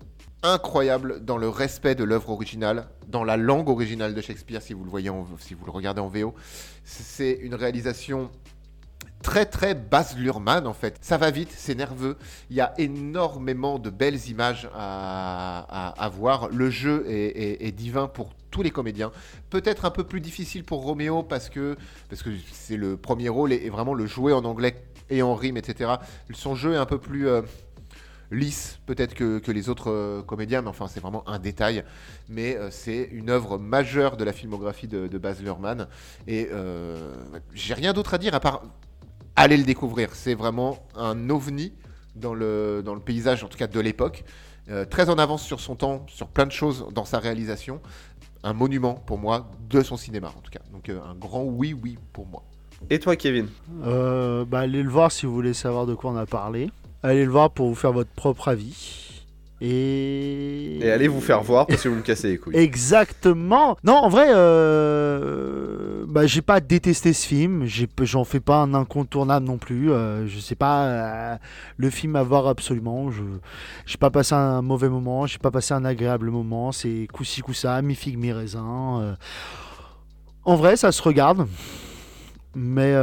incroyable dans le respect de l'œuvre originale, dans la langue originale de Shakespeare, si vous le regardez en VO. C'est une réalisation très très Baz Luhrmann en fait. Ça va vite, c'est nerveux. Il y a énormément de belles images à voir. Le jeu est divin pour tous les comédiens. Peut-être un peu plus difficile pour Roméo parce que c'est le premier rôle et vraiment le jouer en anglais et en rime, etc. Son jeu est un peu plus lisse peut-être que les autres comédiens, mais enfin c'est vraiment un détail. Mais c'est une œuvre majeure de la filmographie de Baz Luhrmann. Et j'ai rien d'autre à dire à part allez le découvrir. C'est vraiment un ovni dans le paysage, en tout cas de l'époque. Très en avance sur son temps, sur plein de choses dans sa réalisation. Un monument pour moi de son cinéma en tout cas. Donc un grand oui pour moi. Et toi, Kevin? Allez le voir si vous voulez savoir de quoi on a parlé. Allez le voir pour vous faire votre propre avis. Et allez vous faire voir parce que vous me cassez les couilles. Exactement. Non, en vrai, j'ai pas détesté ce film. J'en fais pas un incontournable non plus. Je sais pas le film à voir absolument. J'ai pas passé un mauvais moment. J'ai pas passé un agréable moment. C'est coup-ci coup-ça, mi-figue mi-raisin. En vrai, ça se regarde, mais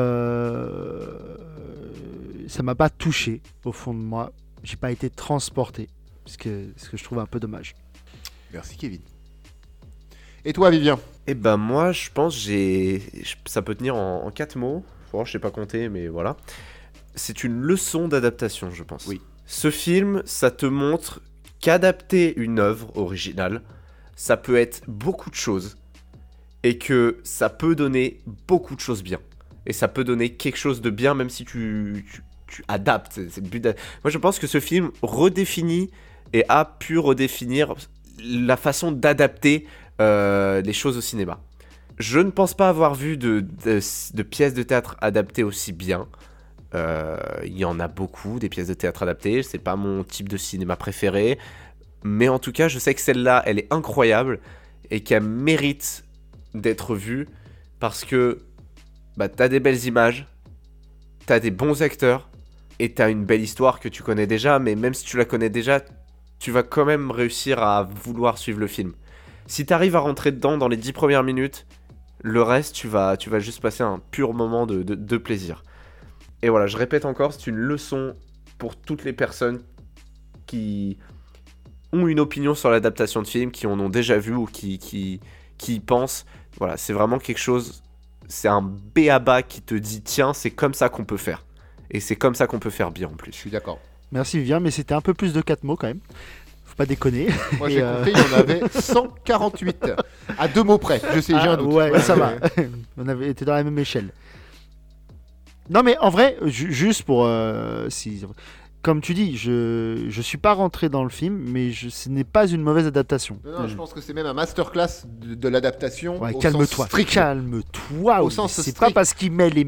ça m'a pas touché au fond de moi. J'ai pas été transporté. Ce que je trouve un peu dommage. Merci Kevin. Et toi Vivien? Eh ben moi je pense ça peut tenir en 4 mots. Je sais pas compter mais voilà. C'est une leçon d'adaptation je pense. Oui. Ce film ça te montre qu'adapter une œuvre originale ça peut être beaucoup de choses et que ça peut donner beaucoup de choses bien. Et ça peut donner quelque chose de bien même si tu adaptes. C'est le but Moi je pense que ce film redéfinit et a pu redéfinir la façon d'adapter les choses au cinéma. Je ne pense pas avoir vu de pièces de théâtre adaptées aussi bien. Il y en a beaucoup, des pièces de théâtre adaptées. C'est pas mon type de cinéma préféré. Mais en tout cas, je sais que celle-là, elle est incroyable et qu'elle mérite d'être vue parce que t'as des belles images, t'as des bons acteurs et t'as une belle histoire que tu connais déjà. Mais même si tu la connais déjà, tu vas quand même réussir à vouloir suivre le film. Si tu arrives à rentrer dedans dans les 10 premières minutes, le reste, tu vas juste passer un pur moment de plaisir. Et voilà, je répète encore, c'est une leçon pour toutes les personnes qui ont une opinion sur l'adaptation de films, qui en ont déjà vu ou qui y pensent. Voilà, c'est vraiment quelque chose, c'est un b.a.-ba qui te dit, tiens, c'est comme ça qu'on peut faire. Et c'est comme ça qu'on peut faire bien en plus. Je suis d'accord. Merci Vivien, mais c'était un peu plus de 4 mots quand même. Faut pas déconner. Moi j'ai compris, il y en avait 148. À 2 mots près, je sais, j'ai un doute. Ouais, ça va. On avait été dans la même échelle. Non mais en vrai, juste pour... comme tu dis, je suis pas rentré dans le film, mais ce n'est pas une mauvaise adaptation. Non, je pense que c'est même un masterclass de l'adaptation. Ouais, au calme-toi, sens strict. calme-toi. Au sens c'est strict. pas parce qu'il met les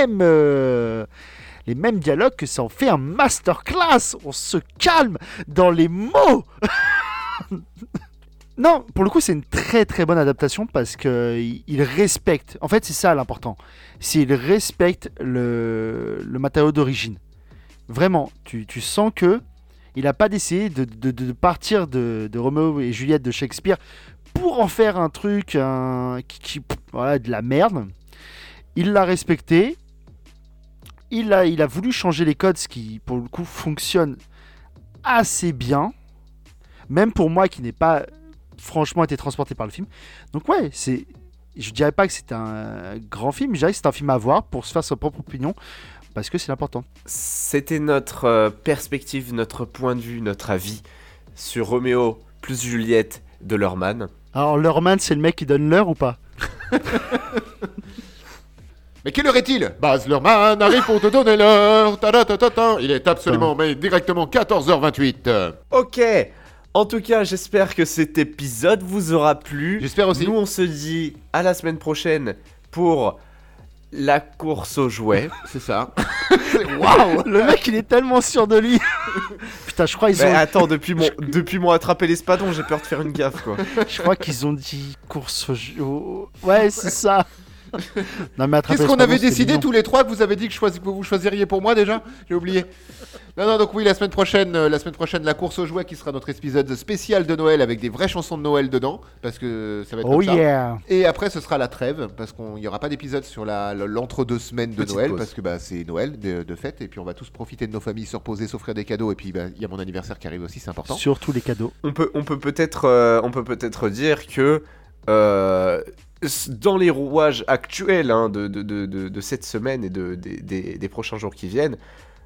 mêmes dialogues que ça en fait un masterclass. On se calme dans les mots. Non, pour le coup, c'est une très très bonne adaptation parce qu'il respecte. En fait, c'est ça l'important. C'est qu'il respecte le matériau d'origine. Vraiment, tu sens que il n'a pas décidé de partir de Roméo et Juliette de Shakespeare pour en faire un truc voilà, de la merde. Il l'a respecté. Il a voulu changer les codes, ce qui, pour le coup, fonctionne assez bien. Même pour moi, qui n'ai pas franchement été transporté par le film. Donc ouais, je dirais pas que c'est un grand film, je dirais que c'est un film à voir pour se faire sa propre opinion, parce que c'est important. C'était notre perspective, notre point de vue, notre avis sur Roméo plus Juliette de Luhrmann. Alors Luhrmann, c'est le mec qui donne l'heure ou pas? Mais quelle heure est-il? Baz Luhrmann arrive pour te donner l'heure. Ta-da-ta-ta-ta. Il est absolument, mais directement 14h28. Ok. En tout cas, j'espère que cet épisode vous aura plu. J'espère aussi. Nous, on se dit à la semaine prochaine pour la course aux jouets. C'est ça. Waouh. Le mec, il est tellement sûr de lui. Putain, je crois ils ont... Attends, depuis mon attrapé l'espadon, j'ai peur de faire une gaffe, quoi. Je crois qu'ils ont dit course aux jouets. Ouais, c'est ça. Non, mais attraper Qu'est-ce qu'on le avait Spano, c'était décidé mignon. tous les trois que vous avez dit que vous choisiriez pour moi déjà? J'ai oublié. Non, donc oui, la semaine prochaine, la course aux jouets qui sera notre épisode spécial de Noël avec des vraies chansons de Noël dedans, parce que ça va être Oh comme ça. yeah. Et après, ce sera la trêve, parce qu'il n'y aura pas d'épisode sur l'entre-deux semaines de Petite Noël, pause. parce que c'est Noël de fête, et puis on va tous profiter de nos familles, se reposer, s'offrir des cadeaux, et puis il y a mon anniversaire qui arrive aussi, c'est important. Surtout les cadeaux. On peut peut-être dire que dans les rouages actuels de cette semaine et des prochains jours qui viennent,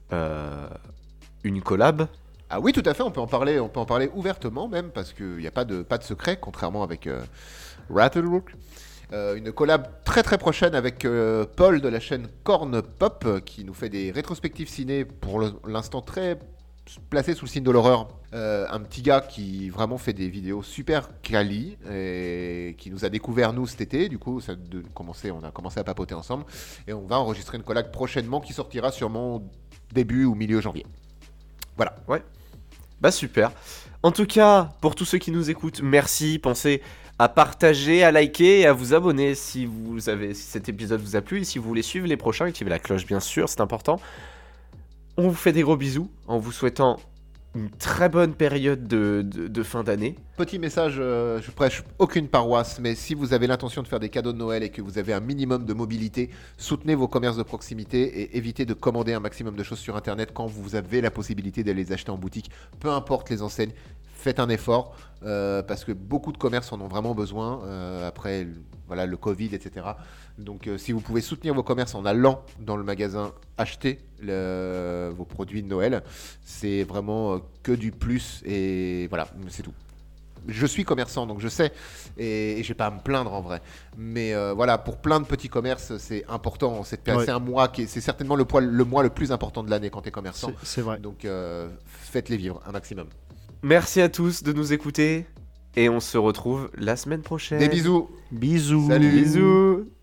une collab. Ah oui, tout à fait, on peut en parler ouvertement même, parce qu'il n'y a pas de secret, contrairement avec Rattlerook. Une collab très très prochaine avec Paul de la chaîne Corn Pop, qui nous fait des rétrospectives ciné pour l'instant très placé sous le signe de l'horreur. Un petit gars qui vraiment fait des vidéos super quali et qui nous a découvert nous cet été. Du coup, on a commencé à papoter ensemble et on va enregistrer une collab prochainement qui sortira sûrement début ou milieu janvier. Voilà. Ouais. Bah super. En tout cas, pour tous ceux qui nous écoutent, merci. Pensez à partager, à liker et à vous abonner si cet épisode vous a plu et si vous voulez suivre les prochains, activez la cloche bien sûr, c'est important. On vous fait des gros bisous en vous souhaitant une très bonne période de fin d'année. Petit message, je prêche aucune paroisse, mais si vous avez l'intention de faire des cadeaux de Noël et que vous avez un minimum de mobilité, soutenez vos commerces de proximité et évitez de commander un maximum de choses sur Internet quand vous avez la possibilité d'aller les acheter en boutique. Peu importe les enseignes, faites un effort parce que beaucoup de commerces en ont vraiment besoin après le Covid, etc. Donc si vous pouvez soutenir vos commerces en allant dans le magasin acheter vos produits de Noël, c'est vraiment que du plus et voilà, c'est tout. Je suis commerçant donc je sais et j'ai pas à me plaindre en vrai, mais voilà, pour plein de petits commerces c'est important cette période. Ouais. C'est un mois c'est certainement le mois le plus important de l'année quand tu es commerçant. C'est vrai. Donc faites-les vivre un maximum. Merci à tous de nous écouter et on se retrouve la semaine prochaine. Des bisous. Bisous. Salut. Bisous.